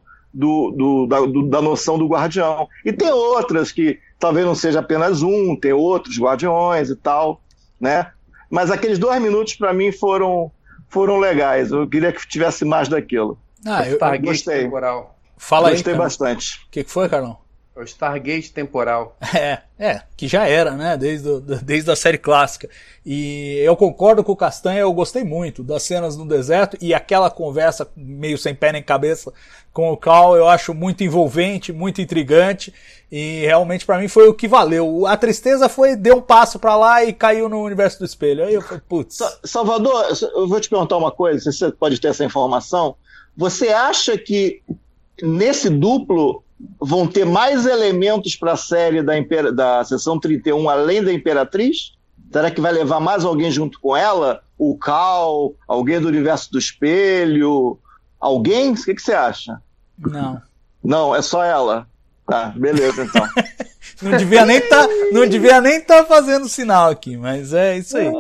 da noção do Guardião. E tem outras que talvez não seja apenas tem outros Guardiões e tal, né? Mas aqueles 2 minutos para mim foram legais. Eu queria que tivesse mais daquilo. Eu gostei. Temporal. Fala aí. Gostei bastante. O que foi, Carlão? O Stargate temporal. Que já era, né? Desde a série clássica. E eu concordo com o Castanha, eu gostei muito das cenas no deserto e aquela conversa meio sem pé nem cabeça com o Cal, eu acho muito envolvente, muito intrigante, e realmente pra mim foi o que valeu. A tristeza deu um passo pra lá e caiu no universo do espelho. Aí eu falei, putz. Salvador, eu vou te perguntar uma coisa, se você pode ter essa informação. Você acha que nesse duplo vão ter mais elementos para a série da Seção 31 além da Imperatriz? Será que vai levar mais alguém junto com ela? O Cal, alguém do universo do espelho? Alguém? O que você acha? Não, é só ela. Tá, beleza então. Não devia nem estar fazendo sinal aqui, mas é isso aí.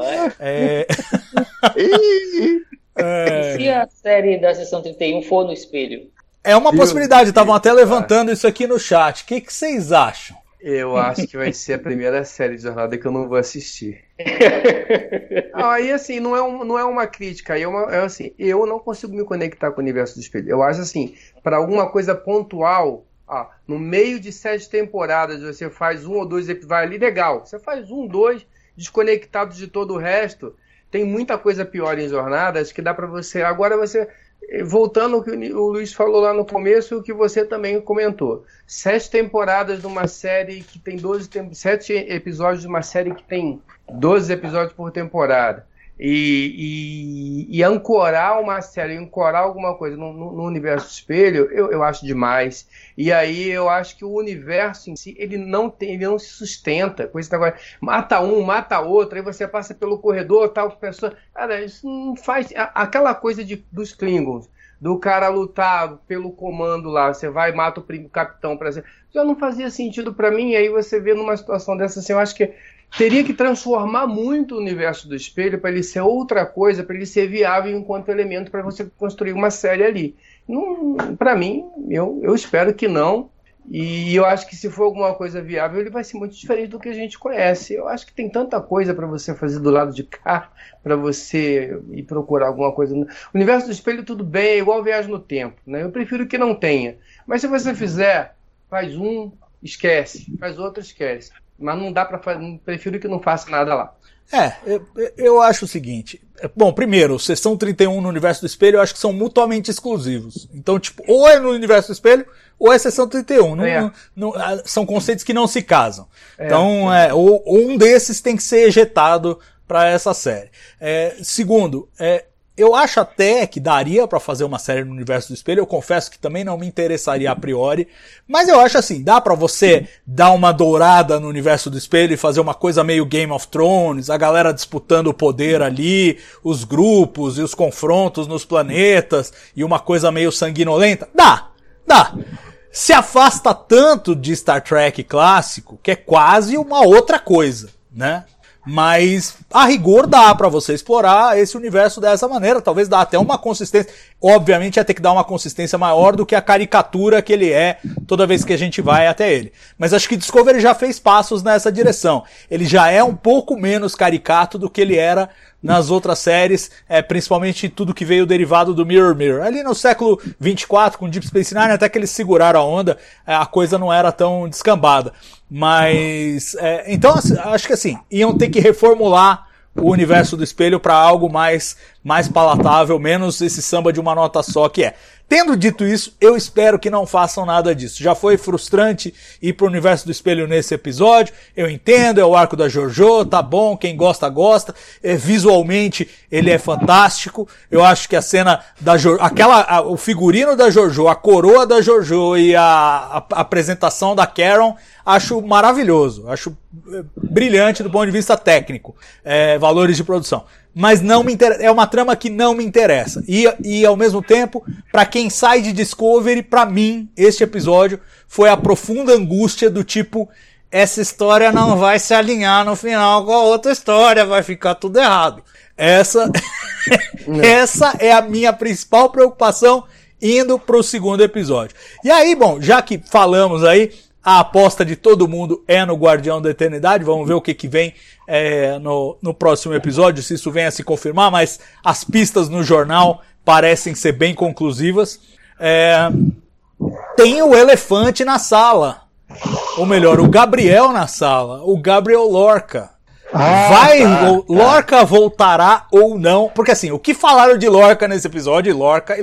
Se a série da Seção 31 for no espelho? É uma possibilidade, estavam até levantando isso aqui no chat. O que vocês acham? Eu acho que vai ser a primeira série de jornada que eu não vou assistir. Aí, assim, não é uma crítica. Assim, eu não consigo me conectar com o universo do espelho. Eu acho assim, para alguma coisa pontual, no meio de 7 temporadas, você faz 1 ou 2 episódios, vai ali, legal. Você faz 1, 2, desconectado de todo o resto. Tem muita coisa pior em jornadas que dá para você... Agora você... Voltando ao que o Luiz falou lá no começo, o que você também comentou. 7 temporadas de uma série que tem 7 episódios de uma série que tem 12 episódios por temporada. E ancorar uma série, ancorar alguma coisa no universo do espelho, eu acho demais. E aí eu acho que o universo em si, ele não se sustenta com esse negócio. Mata um, mata outro, aí você passa pelo corredor, tal pessoa. Cara, isso não faz. Aquela coisa dos Klingons, do cara lutar pelo comando lá, você vai e mata o capitão, por exemplo. Já não fazia sentido para mim, e aí você vê numa situação dessa assim, eu acho que teria que transformar muito o universo do espelho para ele ser outra coisa, para ele ser viável enquanto elemento para você construir uma série ali. Para mim, eu espero que não. E eu acho que se for alguma coisa viável, ele vai ser muito diferente do que a gente conhece. Eu acho que tem tanta coisa para você fazer do lado de cá, para você ir procurar alguma coisa. O universo do espelho, tudo bem, é igual Viagem no Tempo, né? Eu prefiro que não tenha. Mas se você fizer, faz um, esquece. Faz outro, esquece. Mas não dá para fazer, prefiro que não faça nada lá. Eu acho o seguinte. Bom, primeiro, Seção 31 no universo do espelho, eu acho que são mutuamente exclusivos. Então, tipo, ou é no universo do espelho, ou é Seção 31. São conceitos que não se casam. Então, ou um desses tem que ser ejetado para essa série. Segundo, eu acho até que daria pra fazer uma série no Universo do Espelho, eu confesso que também não me interessaria a priori, mas eu acho assim, dá pra você dar uma dourada no Universo do Espelho e fazer uma coisa meio Game of Thrones, a galera disputando o poder ali, os grupos e os confrontos nos planetas, e uma coisa meio sanguinolenta? Dá! Se afasta tanto de Star Trek clássico, que é quase uma outra coisa, né? Mas, a rigor, dá pra você explorar esse universo dessa maneira. Talvez dá até uma consistência. Obviamente, ia ter que dar uma consistência maior do que a caricatura que ele é toda vez que a gente vai até ele. Mas acho que Discovery já fez passos nessa direção. Ele já é um pouco menos caricato do que ele era nas outras séries, principalmente tudo que veio derivado do Mirror Mirror. Ali no século 24, com Deep Space Nine, até que eles seguraram a onda, a coisa não era tão descambada. Mas, então, acho que assim, iam ter que reformular o Universo do Espelho para algo mais palatável, menos esse samba de uma nota só que é. Tendo dito isso, eu espero que não façam nada disso. Já foi frustrante ir pro Universo do Espelho nesse episódio, eu entendo, é o arco da JoJo, tá bom, quem gosta, gosta. Visualmente, ele é fantástico. Eu acho que a cena da JoJo, o figurino da JoJo, a coroa da JoJo e a apresentação da Karen, acho maravilhoso, acho brilhante do ponto de vista técnico, valores de produção. Mas não me interessa, é uma trama que não me interessa. E ao mesmo tempo, pra quem sai de Discovery, pra mim, este episódio foi a profunda angústia do tipo, essa história não vai se alinhar no final com a outra história, vai ficar tudo errado. Essa é a minha principal preocupação indo pro segundo episódio. E aí, bom, já que falamos aí, a aposta de todo mundo é no Guardião da Eternidade. Vamos ver o que vem no próximo episódio, se isso vem a se confirmar, mas as pistas no jornal parecem ser bem conclusivas. Tem o elefante na sala. Ou melhor, o Gabriel na sala. O Gabriel Lorca. Lorca voltará ou não? Porque assim, o que falaram de Lorca nesse episódio, Lorca,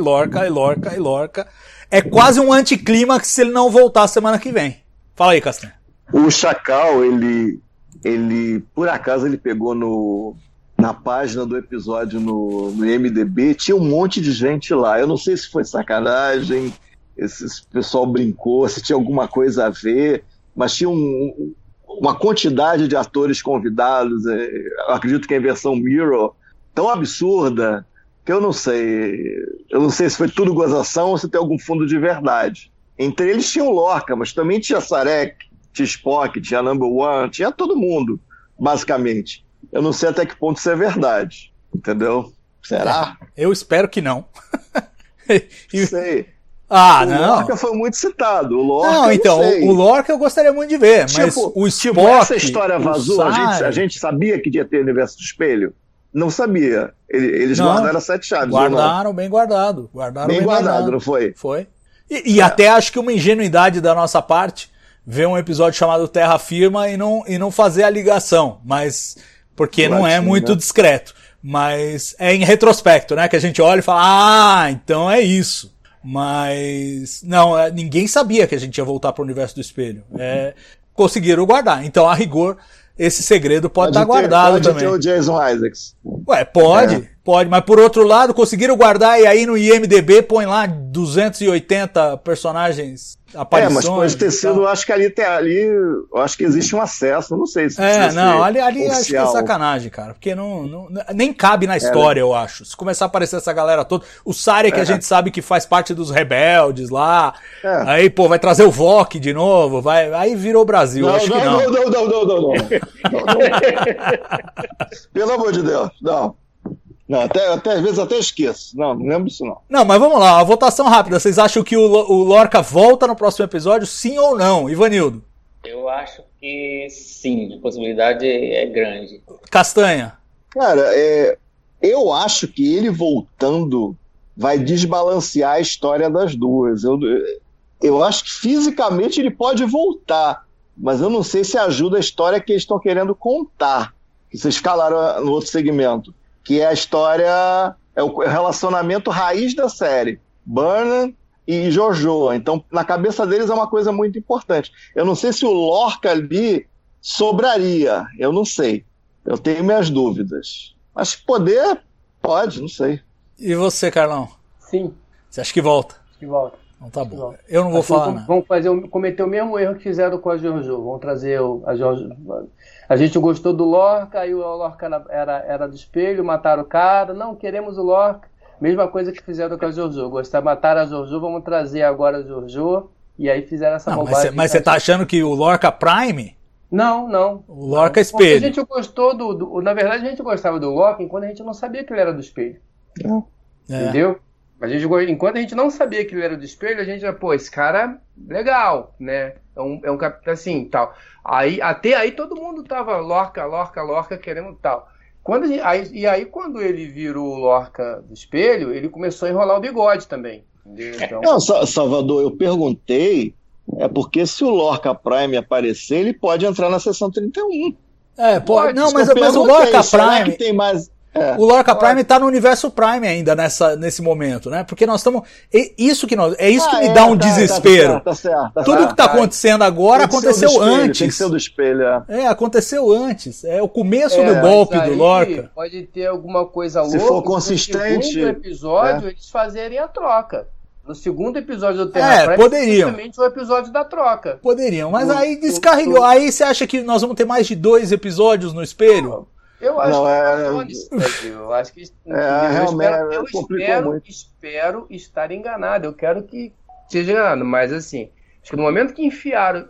é quase um anticlímax se ele não voltar semana que vem. Fala aí, Castanha. O Chacal, ele por acaso, ele pegou na página do episódio no IMDb, tinha um monte de gente lá. Eu não sei se foi sacanagem, esse pessoal brincou, se tinha alguma coisa a ver, mas tinha uma quantidade de atores convidados, eu acredito que é em versão Mirror, tão absurda, que eu não sei se foi tudo gozação ou se tem algum fundo de verdade. Entre eles tinha o Lorca, mas também tinha Sarek, tinha Spock, tinha Number One, tinha todo mundo, basicamente. Eu não sei até que ponto isso é verdade, entendeu? Será? Eu espero que não. Sei. Não. O Lorca foi muito citado. O Lorca, não, então, o Lorca eu gostaria muito de ver, mas o Spock... essa história vazou, a gente sabia que ia ter Universo do Espelho? Não sabia. Eles guardaram as 7 chaves. Guardaram bem guardado. Bem guardado, não foi? Foi. E até acho que uma ingenuidade da nossa parte ver um episódio chamado Terra Firma e não fazer a ligação, mas porque não é muito discreto. Mas é em retrospecto, né? Que a gente olha e fala, então é isso. Mas não, ninguém sabia que a gente ia voltar para o Universo do Espelho. Conseguiram guardar. Então, a rigor, esse segredo pode estar guardado também. Pode ter o Jason Isaacs. Pode, mas por outro lado, conseguiram guardar e aí no IMDb põe lá 280 personagens, aparições. Mas pode ter sido, eu acho que ali, eu acho que existe um acesso, não sei se ali acho que é sacanagem, cara, porque nem cabe na história, eu acho. Se começar a aparecer essa galera toda, o Sarek que a gente sabe que faz parte dos rebeldes lá, aí, vai trazer o Vok de novo, aí virou Brasil, acho que não. Não. Pelo amor de Deus, não. Não, até às vezes até esqueço. Não lembro disso não. Não, mas vamos lá, a votação rápida. Vocês acham que o Lorca volta no próximo episódio, sim ou não? Ivanildo? Eu acho que sim, a possibilidade é grande. Castanha? Cara, eu acho que ele voltando vai desbalancear a história das duas. Eu acho que fisicamente ele pode voltar, mas eu não sei se ajuda a história que eles estão querendo contar. Que vocês falaram no outro segmento. Que é a história, é o relacionamento raiz da série, Burnham e JoJo. Então, na cabeça deles é uma coisa muito importante. Eu não sei se o Lorca ali sobraria, eu não sei. Eu tenho minhas dúvidas. Mas poder, pode, não sei. E você, Carlão? Sim. Você acha que volta? Que volta. Não tá bom. Eu não vou falar nada. Vamos cometer o mesmo erro que fizeram com a Jojo. Vamos trazer a Jojo. A gente gostou do Lorca, aí o Lorca era do espelho, mataram o cara. Não, queremos o Lorca. Mesma coisa que fizeram com a Jojo. Mataram a Jojo, vamos trazer agora a Jojo. E aí fizeram essa bobagem. Mas você tá achando que o Lorca Prime? Não. O Lorca espelho. A gente gostou na verdade, a gente gostava do Lorca enquanto a gente não sabia que ele era do espelho. Entendeu? Enquanto a gente não sabia que ele era do espelho, a gente já, esse cara, legal, né? É um capitão assim, tal. Até aí todo mundo tava Lorca, querendo tal. Quando ele virou o Lorca do espelho, ele começou a enrolar o bigode também. Entendeu? Então... Não, Salvador, eu perguntei, porque se o Lorca Prime aparecer, ele pode entrar na sessão 31. Pode. Não, mas o Lorca Prime... Tem mais... O Lorca Prime tá no universo Prime ainda nesse momento, né? Porque nós estamos... Isso que me dá um desespero. Tá certo. Tudo que tá acontecendo agora aconteceu antes. Tem que ser do espelho, aconteceu antes. É o começo do golpe do Lorca. Pode ter alguma coisa louca. Se for consistente... No segundo episódio, eles fazerem a troca. No segundo episódio do Terra Prime, poderiam. Simplesmente o episódio da troca. Poderiam, mas aí descarrilhou. Aí você acha que nós vamos ter mais de 2 episódios no espelho? Eu acho eu acho que eu espero estar enganado. Eu quero que seja enganado, mas assim, acho que no momento que enfiaram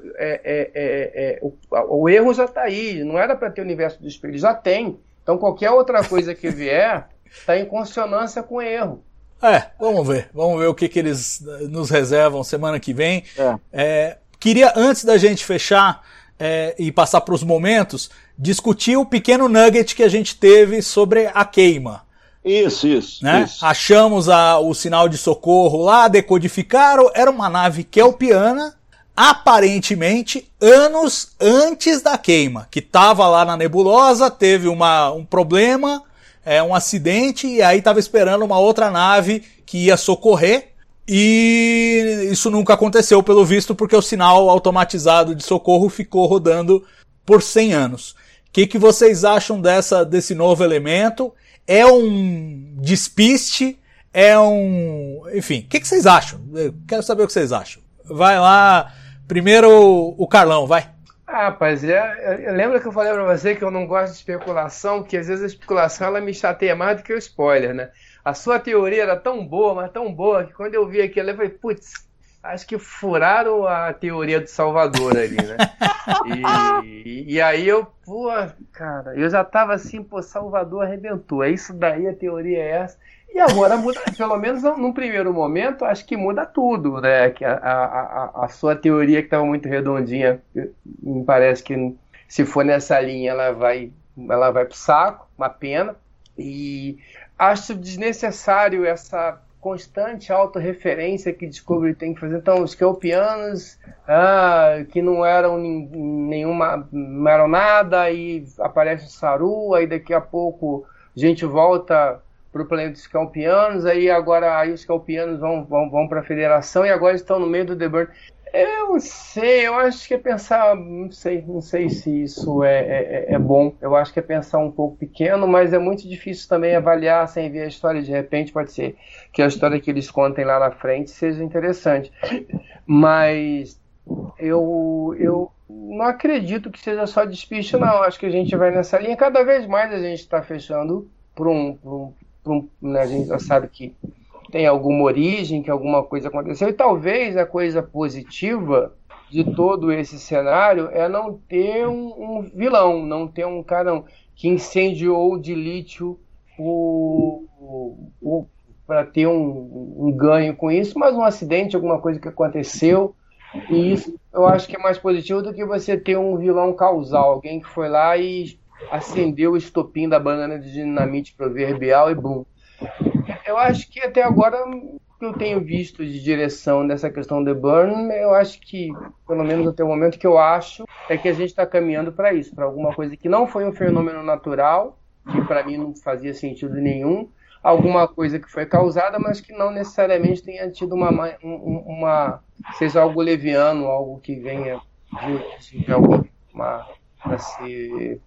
o erro já está aí. Não era para ter o universo do espelho, já tem. Então qualquer outra coisa que vier está em consonância com o erro. Vamos ver o que eles nos reservam semana que vem. Queria, antes da gente fechar e passar para os momentos, discutir o pequeno nugget que a gente teve sobre a queima. Isso. Achamos o sinal de socorro lá, decodificaram, era uma nave kelpiana, aparentemente anos antes da queima, que estava lá na nebulosa, teve um problema, um acidente, e aí estava esperando uma outra nave que ia socorrer, e isso nunca aconteceu, pelo visto, porque o sinal automatizado de socorro ficou rodando por 100 anos. O que vocês acham desse novo elemento? É um despiste? Enfim, o que vocês acham? Eu quero saber o que vocês acham. Vai lá, primeiro o Carlão, vai. Rapaz, lembra que eu falei pra você que eu não gosto de especulação, que às vezes a especulação ela me chateia mais do que o spoiler, né? A sua teoria era tão boa, mas tão boa, que quando eu vi aquilo, eu falei, putz, acho que furaram a teoria do Salvador ali, né? E aí eu já tava assim, Salvador arrebentou, é isso daí, a teoria é essa. E agora muda, pelo menos num primeiro momento, acho que muda tudo, né? Que a sua teoria, que estava muito redondinha, me parece que se for nessa linha, ela vai pro saco, uma pena. E acho desnecessário essa constante autorreferência que Discovery tem que fazer. Então, os kelpianos, que não eram não eram nada, aí aparece o Saru, aí daqui a pouco a gente volta para o planeta dos kelpianos, aí os kelpianos vão para a Federação e agora estão no meio do The Burn. Eu não sei, eu acho que é pensar, não sei se isso é bom, eu acho que é pensar um pouco pequeno, mas é muito difícil também avaliar sem ver a história. De repente pode ser que a história que eles contem lá na frente seja interessante, mas eu não acredito que seja só despiste, não. Acho que a gente vai nessa linha, cada vez mais a gente está fechando né, a gente já sabe que tem alguma origem, que alguma coisa aconteceu, e talvez a coisa positiva de todo esse cenário é não ter um vilão, não ter um cara que incendiou de lítio para ter um ganho com isso, mas um acidente, alguma coisa que aconteceu, e isso eu acho que é mais positivo do que você ter um vilão causal, alguém que foi lá e acendeu o estopim da banana de dinamite proverbial e bum. Eu acho que até agora o que eu tenho visto de direção dessa questão The Burn, eu acho que, pelo menos até o momento que eu acho, é que a gente está caminhando para isso, para alguma coisa que não foi um fenômeno natural, que para mim não fazia sentido nenhum, alguma coisa que foi causada, mas que não necessariamente tenha tido seja algo leviano, algo que venha de a ser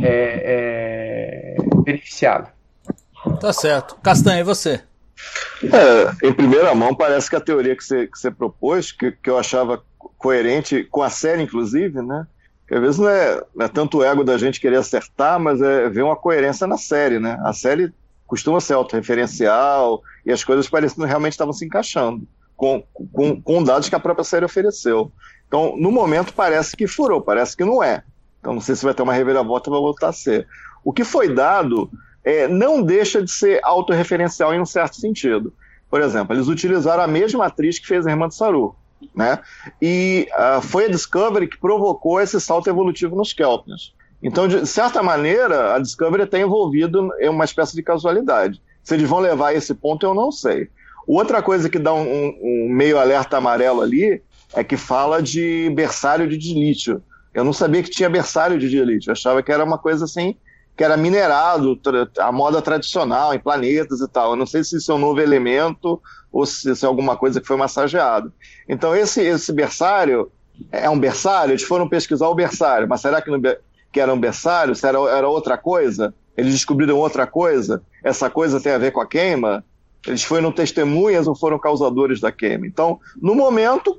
beneficiado. Tá certo. Castanha, e você? Em primeira mão, parece que a teoria que você propôs, que eu achava coerente com a série, inclusive, né? Que às vezes não é tanto o ego da gente querer acertar, mas é ver uma coerência na série, né? A série costuma ser autorreferencial e as coisas parecendo realmente estavam se encaixando com dados que a própria série ofereceu. Então, no momento, parece que furou, parece que não é. Então, não sei se vai ter uma reviravolta, vai voltar a ser. O que foi dado não deixa de ser autorreferencial em um certo sentido. Por exemplo, eles utilizaram a mesma atriz que fez a irmã de Saru, né? E foi a Discovery que provocou esse salto evolutivo nos Kelpians. Então, de certa maneira, a Discovery está envolvida em uma espécie de casualidade. Se eles vão levar a esse ponto, eu não sei. Outra coisa que dá um meio alerta amarelo ali é que fala de berçário de dilítio. Eu não sabia que tinha berçário de dilítio. Eu achava que era uma coisa assim, que era minerado, a moda tradicional, em planetas e tal. Eu não sei se isso é um novo elemento ou se isso é alguma coisa que foi massageado. Então, esse berçário é um berçário? Eles foram pesquisar o berçário, mas será que era um berçário? Se era outra coisa? Eles descobriram outra coisa? Essa coisa tem a ver com a queima? Eles foram testemunhas ou foram causadores da queima? Então, no momento,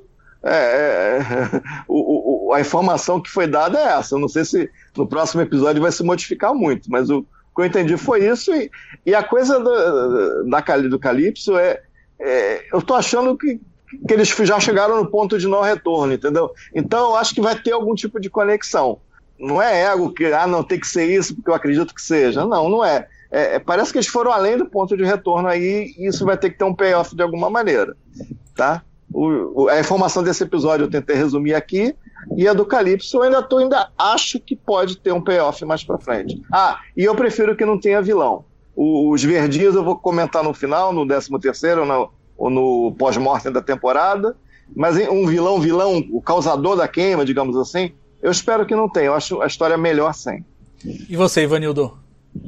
a informação que foi dada é essa. Eu não sei se no próximo episódio vai se modificar muito, mas o que eu entendi foi isso. E a coisa do Calypso eu estou achando que eles já chegaram no ponto de não retorno, entendeu? Então eu acho que vai ter algum tipo de conexão. Não é ego que não tem que ser isso porque eu acredito que seja. Não é. Parece que eles foram além do ponto de retorno aí e isso vai ter que ter um payoff de alguma maneira, tá? A informação desse episódio eu tentei resumir aqui, e a do Calypso eu ainda acho que pode ter um payoff mais pra frente. E eu prefiro que não tenha vilão. Os verdinhos eu vou comentar no final, no 13º ou no pós-mortem da temporada, mas um vilão, o causador da queima, digamos assim, eu espero que não tenha. Eu acho a história melhor sem. E você, Ivanildo?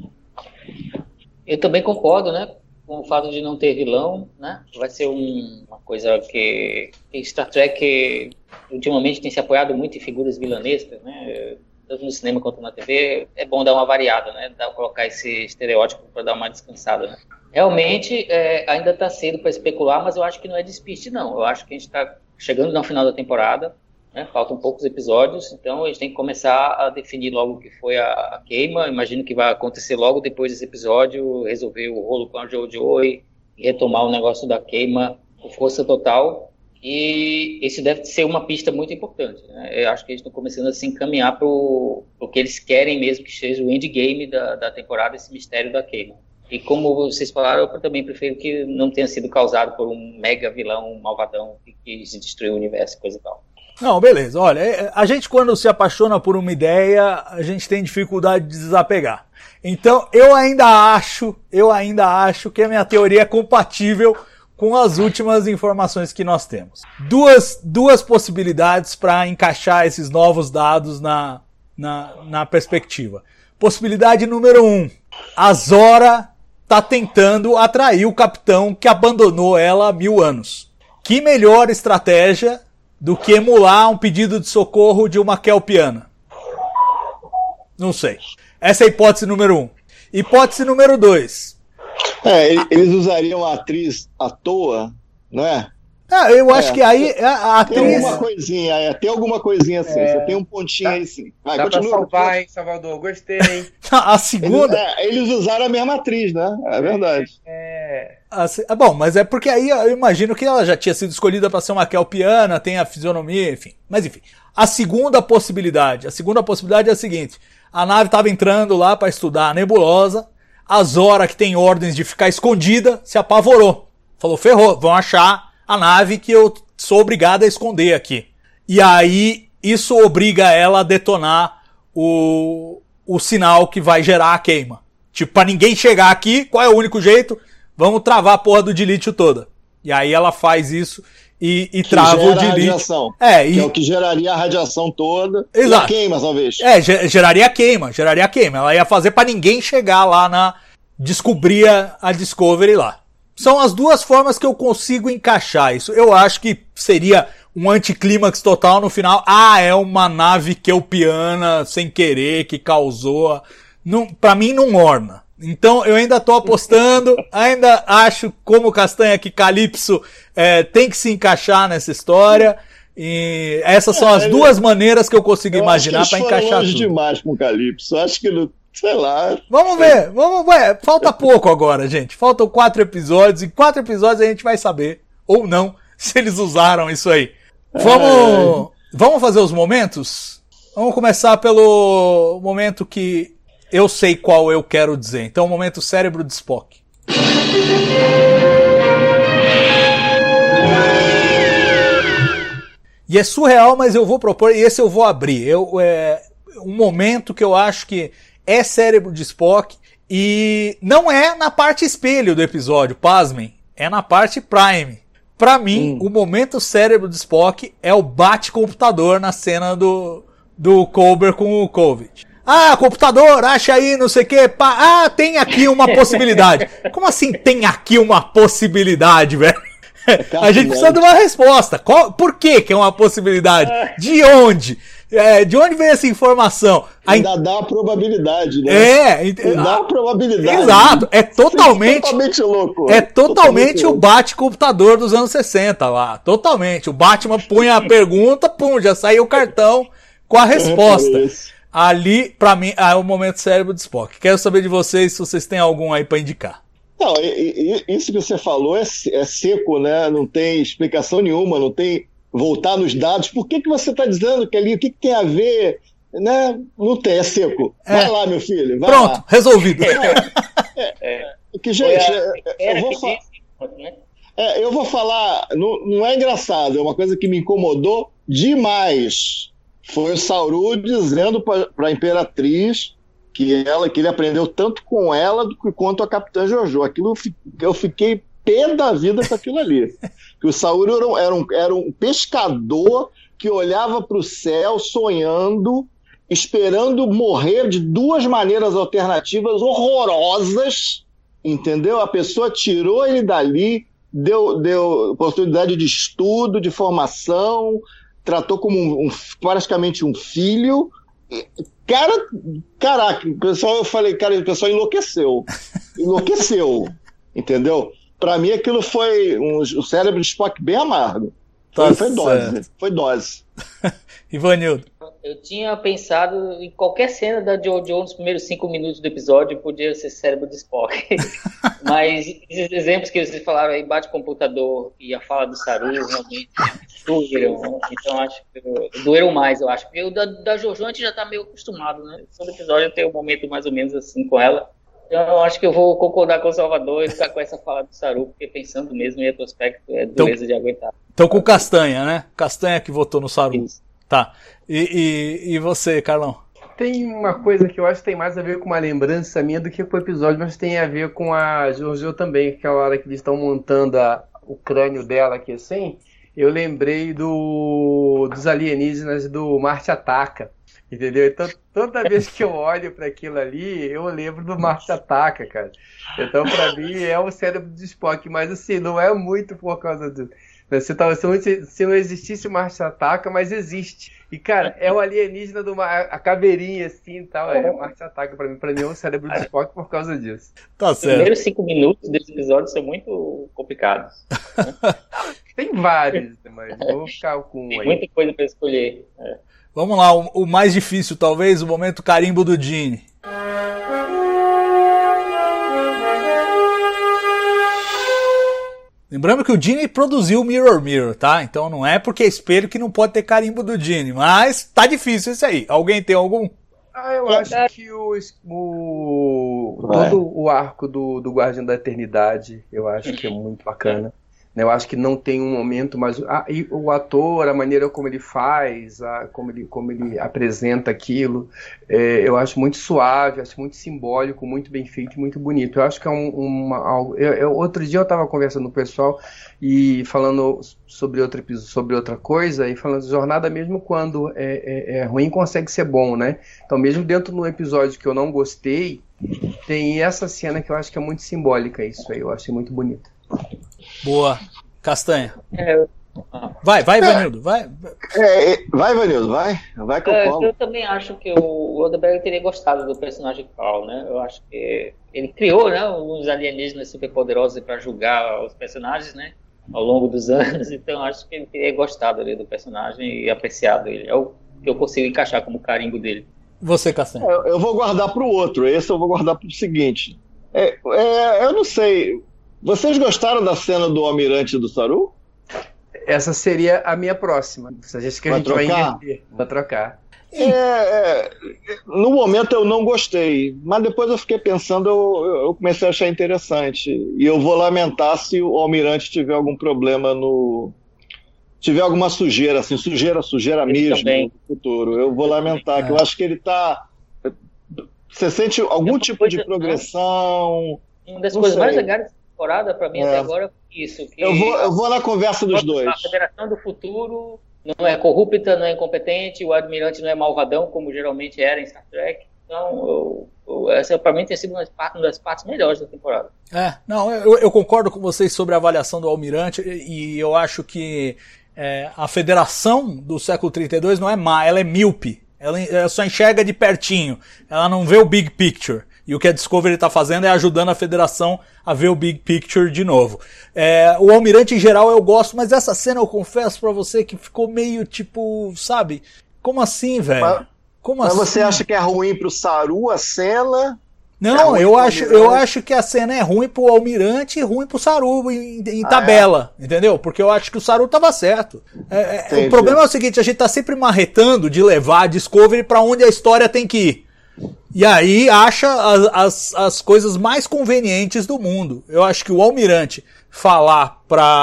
Eu também concordo, né? Com o fato de não ter vilão, né? Vai ser uma coisa que Star Trek ultimamente tem se apoiado muito em figuras vilanescas, né? Tanto no cinema quanto na TV. É bom dar uma variada, né? Colocar esse estereótipo para dar uma descansada, né? Realmente, ainda está cedo para especular, mas eu acho que não é despiste, não. Eu acho que a gente está chegando no final da temporada, né? Faltam poucos episódios, então a gente tem que começar a definir logo o que foi a queima. Imagino que vai acontecer logo depois desse episódio, resolver o rolo com a JoJo e retomar o negócio da queima com força total. E esse deve ser uma pista muito importante, né? Eu acho que eles estão começando a se encaminhar para o que eles querem mesmo que seja o endgame da temporada, esse mistério da queima. E como vocês falaram, eu também prefiro que não tenha sido causado por um mega vilão, um malvadão que se destruiu o universo, coisa e tal. Não, beleza. Olha, a gente quando se apaixona por uma ideia, a gente tem dificuldade de desapegar. Então, eu ainda acho que a minha teoria é compatível com as últimas informações que nós temos. Duas possibilidades para encaixar esses novos dados na perspectiva. Possibilidade número 1. A Zora está tentando atrair o capitão que abandonou ela há 1000 anos. Que melhor estratégia do que emular um pedido de socorro de uma Kelpiana? Não sei. Essa é a hipótese número 1. Hipótese número 2. Eles usariam a atriz à toa, não é? Eu acho que aí a atriz... Tem alguma coisinha assim. Você tem um pontinho aí sim. Dá pra salvar, hein, Salvador? Gostei. A segunda... Eles usaram a mesma atriz, né? É verdade. Bom, mas é porque aí eu imagino que ela já tinha sido escolhida para ser uma Kelpiana, tem a fisionomia, enfim. Mas enfim. A segunda possibilidade é a seguinte. A nave estava entrando lá para estudar a nebulosa. A Zora, que tem ordens de ficar escondida, se apavorou. Falou, ferrou, vão achar a nave que eu sou obrigado a esconder aqui. E aí, isso obriga ela a detonar o sinal que vai gerar a queima. Tipo, pra ninguém chegar aqui, qual é o único jeito? Vamos travar a porra do dilítio toda. E aí ela faz isso e trava o dilítio. Que é o que geraria a radiação toda. Exato. E a queima, talvez. Geraria a queima. Ela ia fazer pra ninguém chegar lá descobrir a Discovery lá. São as duas formas que eu consigo encaixar isso. Eu acho que seria um anticlímax total no final. É uma nave kelpiana sem querer que causou. Não, pra mim não orna. Então eu ainda tô apostando, ainda acho como Castanha que Calypso tem que se encaixar nessa história. E essas são as duas maneiras que eu consigo imaginar para encaixar longe tudo. Demais com o Calypso. Acho que não, sei lá. Vamos ver. Falta pouco agora, gente. Faltam 4 episódios. Em 4 episódios a gente vai saber, ou não, se eles usaram isso aí. Vamos fazer os momentos? Vamos começar pelo momento que eu sei qual eu quero dizer. Então, o momento cérebro de Spock. E é surreal, mas eu vou propor, e esse eu vou abrir. Um momento que eu acho que é cérebro de Spock, e não é na parte espelho do episódio, pasmem, é na parte Prime. Pra mim, o momento cérebro de Spock é o bate-computador na cena do Culber com o Kovic. Computador, acha aí, não sei o que, tem aqui uma possibilidade. Como assim tem aqui uma possibilidade, velho? A gente precisa de uma resposta. Por que é uma possibilidade? De onde? De onde vem essa informação? Ainda dá uma probabilidade, né? Dá uma probabilidade. Exato. É totalmente louco. É totalmente o bate-computador dos anos 60 lá. Totalmente. O Batman punha a pergunta, já saía o cartão com a resposta. Ali, pra mim, é o momento cérebro de Spock. Quero saber de vocês se vocês têm algum aí pra indicar. Não, isso que você falou é seco, né? Não tem explicação nenhuma, não tem voltar nos dados. Por que você está dizendo que ali, o que tem a ver? Né? Não tem, é seco. Vai lá, meu filho, vai Pronto, lá. Resolvido. Gente, eu vou falar, não é engraçado, é uma coisa que me incomodou demais. Foi o Saru dizendo para a Imperatriz que ele aprendeu tanto com ela quanto a Capitã Jojo. Aquilo eu fiquei pé da vida com aquilo ali. Que o Saru era um pescador que olhava para o céu sonhando, esperando morrer de duas maneiras alternativas horrorosas, entendeu? A pessoa tirou ele dali, deu oportunidade de estudo, de formação, tratou como praticamente um filho. Caraca, eu falei, o pessoal enlouqueceu, entendeu? Pra mim aquilo foi o cérebro de Spock bem amargo. Foi dose. Ivanildo. Eu tinha pensado em qualquer cena da JoJo nos primeiros 5 minutos do episódio podia ser cérebro de Spock. Mas esses exemplos que vocês falaram aí, bate-computador e a fala do Saru, realmente doeram. Então acho que doeram mais, eu acho. Porque o da Jojo a gente já tá meio acostumado, né? Todo episódio tem um momento mais ou menos assim com ela. Então eu acho que eu vou concordar com o Salvador e ficar com essa fala do Saru, porque pensando mesmo em retrospecto é dureza de aguentar. Então com o Castanha, né? Castanha que votou no Saru. Isso. Tá. E você, Carlão? Tem uma coisa que eu acho que tem mais a ver com uma lembrança minha do que com o episódio, mas tem a ver com a Jojo também, aquela hora que eles estão montando o crânio dela aqui assim, eu lembrei dos alienígenas do Marte Ataca, entendeu? Então toda vez que eu olho para aquilo ali, eu lembro do Marte Ataca, cara. Então pra mim é o cérebro de Spock, mas assim, não é muito por causa do... Se não existisse o Marte Ataca, mas existe. E, cara, é o alienígena a caveirinha assim e tal. É o Marte Ataca pra mim é o cérebro de Spock por causa disso. Tá certo. Os primeiros 5 minutos desse episódio são muito complicados. Tem vários, mas vou ficar com um aí. Tem muita coisa pra escolher. Vamos lá, o mais difícil, talvez, o momento carimbo do Gene. Lembrando que o Gene produziu o Mirror Mirror, tá? Então não é porque é espelho que não pode ter carimbo do Gene, mas tá difícil isso aí. Alguém tem algum? Eu acho que todo o arco do Guardião da Eternidade, eu acho que é muito bacana. Eu acho que não tem um momento, mas e o ator, a maneira como ele faz, como ele apresenta aquilo, eu acho muito suave, acho muito simbólico, muito bem feito, muito bonito. Eu acho que é outro dia eu estava conversando com o pessoal e falando sobre outra coisa, e falando de jornada mesmo quando é ruim consegue ser bom, né? Então mesmo dentro de um episódio que eu não gostei, tem essa cena que eu acho que é muito simbólica, isso aí, eu achei muito bonito. Boa. Castanha. Vai, Ivanildo, vai. Vai, Ivanildo, vai que eu falo. Eu também acho que o Roddenberry teria gostado do personagem Carl, né? Eu acho que ele criou, né, uns alienígenas superpoderosos para julgar os personagens, né, ao longo dos anos. Então eu acho que ele teria gostado ali do personagem e apreciado ele. É o que eu consigo encaixar como carimbo dele. Você, Castanho? Eu vou guardar para o outro. Esse eu vou guardar para o seguinte. Eu não sei. Vocês gostaram da cena do Almirante e do Saru? Essa seria a minha próxima. A gente vai inverter. Vai trocar. No momento eu não gostei, mas depois eu fiquei pensando, eu comecei a achar interessante. E eu vou lamentar se o Almirante tiver algum problema tiver alguma sujeira, assim, sujeira mesmo também. no futuro. Eu vou lamentar, que eu acho que ele tá... Você sente algum tipo de progressão? Uma das coisas mais legais dessa temporada, pra mim, até agora, é isso. Que eu vou na conversa dos dois. A Federação do Futuro não é corrupta, não é incompetente, o Almirante não é malvadão, como geralmente era em Star Trek. Então, essa pra mim tem sido uma das partes melhores da temporada. Eu concordo com vocês sobre a avaliação do Almirante, e eu acho que a Federação do século 32 não é má, ela é míope. Ela só enxerga de pertinho, ela não vê o big picture. E o que a Discovery está fazendo é ajudando a Federação a ver o big picture de novo. O Almirante em geral eu gosto, mas essa cena eu confesso pra você que ficou meio tipo, sabe? Como assim, velho? Mas você acha que é ruim pro Saru a cena? Não, eu acho que a cena é ruim pro Almirante e ruim pro Saru em tabela, entendeu? Porque eu acho que o Saru tava certo. O problema é o seguinte, a gente tá sempre marretando de levar a Discovery pra onde a história tem que ir. E aí acha as coisas mais convenientes do mundo. Eu acho que o Almirante falar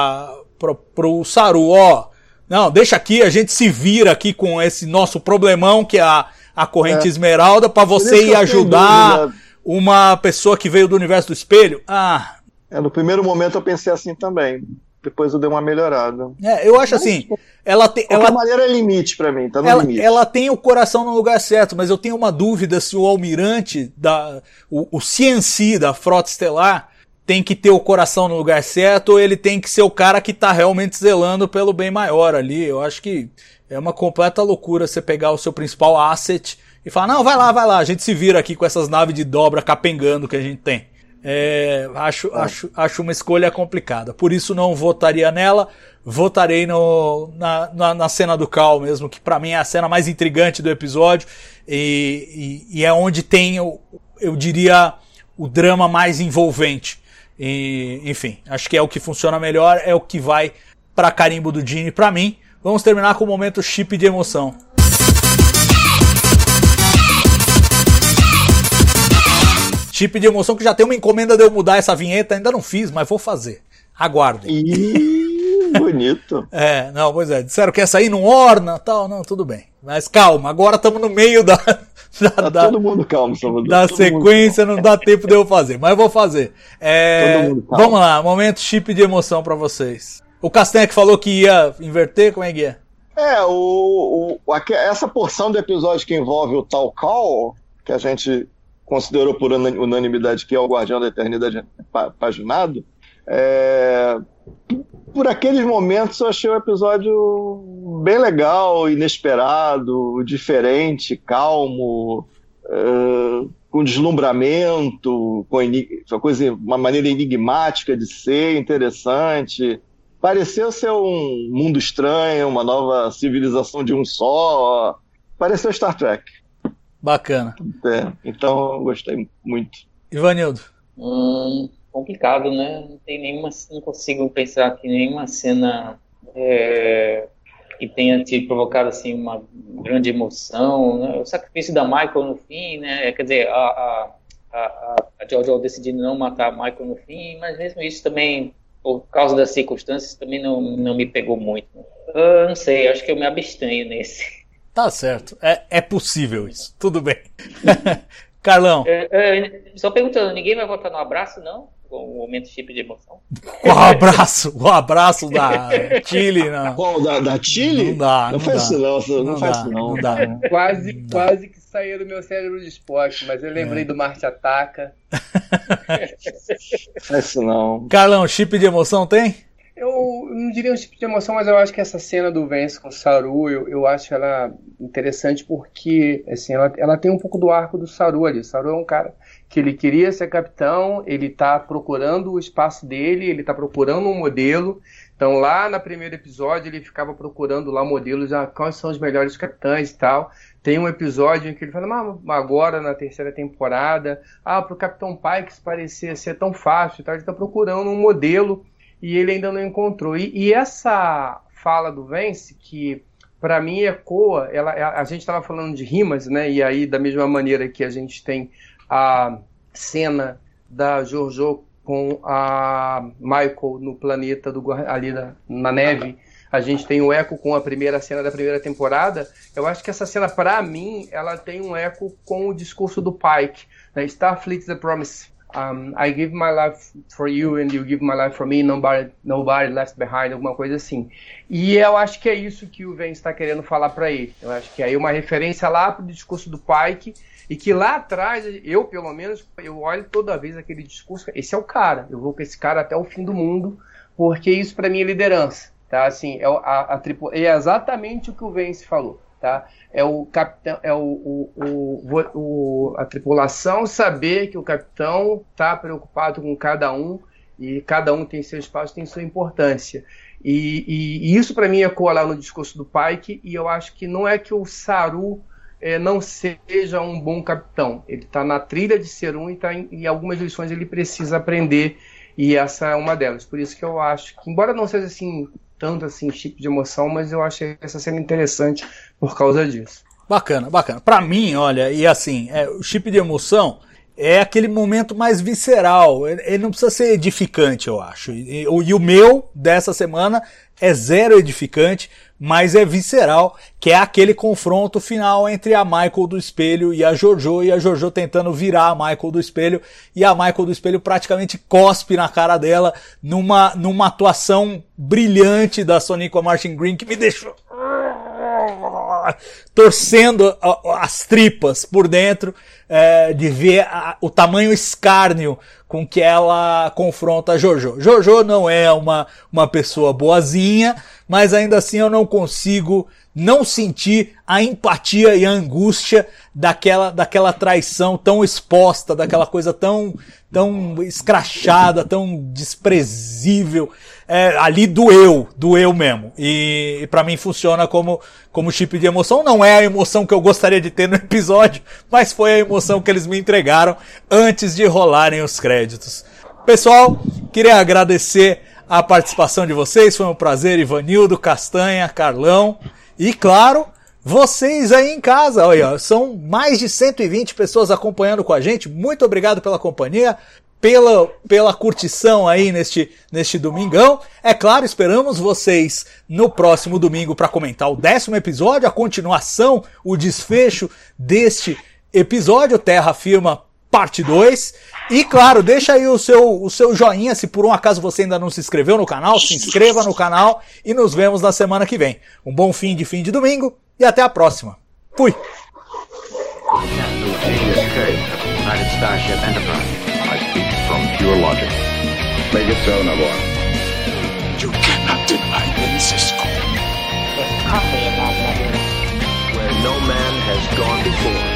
pro Saru, não, deixa aqui, a gente se vira aqui com esse nosso problemão que é a corrente Esmeralda pra você ir ajudar uma pessoa que veio do universo do espelho. No primeiro momento eu pensei assim também. Depois eu dei uma melhorada. Eu acho assim, de maneira é limite pra mim, tá no limite. Ela tem o coração no lugar certo, mas eu tenho uma dúvida se o Almirante, o CNC da Frota Estelar, tem que ter o coração no lugar certo ou ele tem que ser o cara que tá realmente zelando pelo bem maior ali. Eu acho que é uma completa loucura você pegar o seu principal asset e falar, não, vai lá, a gente se vira aqui com essas naves de dobra capengando que a gente tem. Acho uma escolha complicada. Por isso não votaria nela. Votarei na cena do Cal mesmo, que pra mim é a cena mais intrigante do episódio. E é onde tem, eu diria, o drama mais envolvente. E, enfim, acho que é o que funciona melhor. É o que vai pra carimbo do Gene pra mim. Vamos terminar com o momento chip de emoção. Chip de emoção que já tem uma encomenda de eu mudar essa vinheta, ainda não fiz, mas vou fazer. Aguardem. Bonito. Não, pois é, disseram que essa aí não orna, tal, não, tudo bem. Mas calma, agora estamos no meio da todo mundo calmo, Salvador. Da sequência, não dá tempo de eu fazer, mas eu vou fazer. Vamos lá, momento chip de emoção pra vocês. O Castanha que falou que ia inverter, como é que é? Essa porção do episódio que envolve o tal Cal, que a gente considerou por unanimidade que é o Guardião da Eternidade paginado, por aqueles momentos eu achei o episódio bem legal, inesperado, diferente, calmo, com deslumbramento, com uma maneira enigmática de ser, interessante. Pareceu ser um mundo estranho, uma nova civilização de um só. Pareceu Star Trek. Bacana. Então eu gostei muito. Ivanildo? Complicado, né? Não consigo pensar que nenhuma cena que tenha te provocado assim uma grande emoção, né? O sacrifício da Michael no fim, né? Quer dizer, a Jojo decidindo não matar a Michael no fim, mas mesmo isso também, por causa das circunstâncias, também não me pegou muito. Eu não sei, acho que eu me abstenho nesse. Tá certo, é possível isso, tudo bem. Carlão? Só perguntando, ninguém vai votar no abraço, não? Com o momento chip de emoção? O abraço da Chile, não. Qual, da Chile? Não dá. Não faz isso não, não dá. Quase que saiu do meu cérebro de esporte, mas eu lembrei do Marte Ataca. Não faz isso não. Carlão, chip de emoção tem? Eu não diria um tipo de emoção, mas eu acho que essa cena do Vance com o Saru, eu acho ela interessante porque, assim, ela tem um pouco do arco do Saru ali. O Saru é um cara que ele queria ser capitão, ele tá procurando o espaço dele, ele tá procurando um modelo. Então lá no primeiro episódio ele ficava procurando lá modelos, quais são os melhores capitães e tal. Tem um episódio em que ele fala, agora na terceira temporada, pro Capitão Pike parecer ser tão fácil, tá? Ele está procurando um modelo e ele ainda não encontrou. E essa fala do Vance, que para mim ecoa, a gente estava falando de rimas, né? E aí da mesma maneira que a gente tem a cena da Jojo com a Michael no planeta ali na neve, a gente tem um eco com a primeira cena da primeira temporada. Eu acho que essa cena, para mim, ela tem um eco com o discurso do Pike, né? Starfleet the Promise. I give my life for you and you give my life for me, nobody left behind, alguma coisa assim. E eu acho que é isso que o Vance está querendo falar para ele. Eu acho que aí uma referência lá pro discurso do Pike, e que lá atrás, eu pelo menos, eu olho toda vez aquele discurso, esse é o cara, eu vou com esse cara até o fim do mundo, porque isso para mim é liderança. Tá, assim, é exatamente o que o Vance falou, tá? É o capitão, a tripulação saber que o capitão tá preocupado com cada um e cada um tem seu espaço, tem sua importância. E isso para mim ecoa lá no discurso do Pike, e eu acho que não é que o Saru não seja um bom capitão. Ele está na trilha de ser um e algumas lições ele precisa aprender, e essa é uma delas. Por isso que eu acho que, embora não seja assim tanto assim tipo de emoção, mas eu achei essa cena interessante por causa disso. Bacana, bacana. Pra mim, olha, e assim, o chip de emoção é aquele momento mais visceral, ele não precisa ser edificante, eu acho. E o meu dessa semana é zero edificante, mas é visceral, que é aquele confronto final entre a Michael do espelho e a Jojo tentando virar a Michael do espelho, e a Michael do espelho praticamente cospe na cara dela numa atuação brilhante da Sonequa Martin Green, que me deixou torcendo as tripas por dentro, de ver o tamanho escárnio com que ela confronta a Jojo. Jojo não é uma pessoa boazinha, mas ainda assim eu não consigo não sentir a empatia e a angústia daquela traição tão exposta, daquela coisa tão escrachada, tão desprezível. Ali doeu mesmo. E pra mim funciona como chip de emoção. Não é a emoção que eu gostaria de ter no episódio, mas foi a emoção que eles me entregaram antes de rolarem os créditos. Pessoal, queria agradecer a participação de vocês. Foi um prazer, Ivanildo, Castanha, Carlão. E claro, vocês aí em casa, olha, são mais de 120 pessoas acompanhando com a gente. Muito obrigado pela companhia, pela curtição aí neste domingão. É claro, esperamos vocês no próximo domingo para comentar o 10º episódio, a continuação, o desfecho deste episódio, Terra Firma parte 2. E claro, deixa aí o seu joinha, se por um acaso você ainda não se inscreveu no canal, se inscreva no canal e nos vemos na semana que vem. Um bom fim de domingo e até a próxima. Fui! You cannot deny me, Cisco. There's coffee in that letter. Where no man has gone before.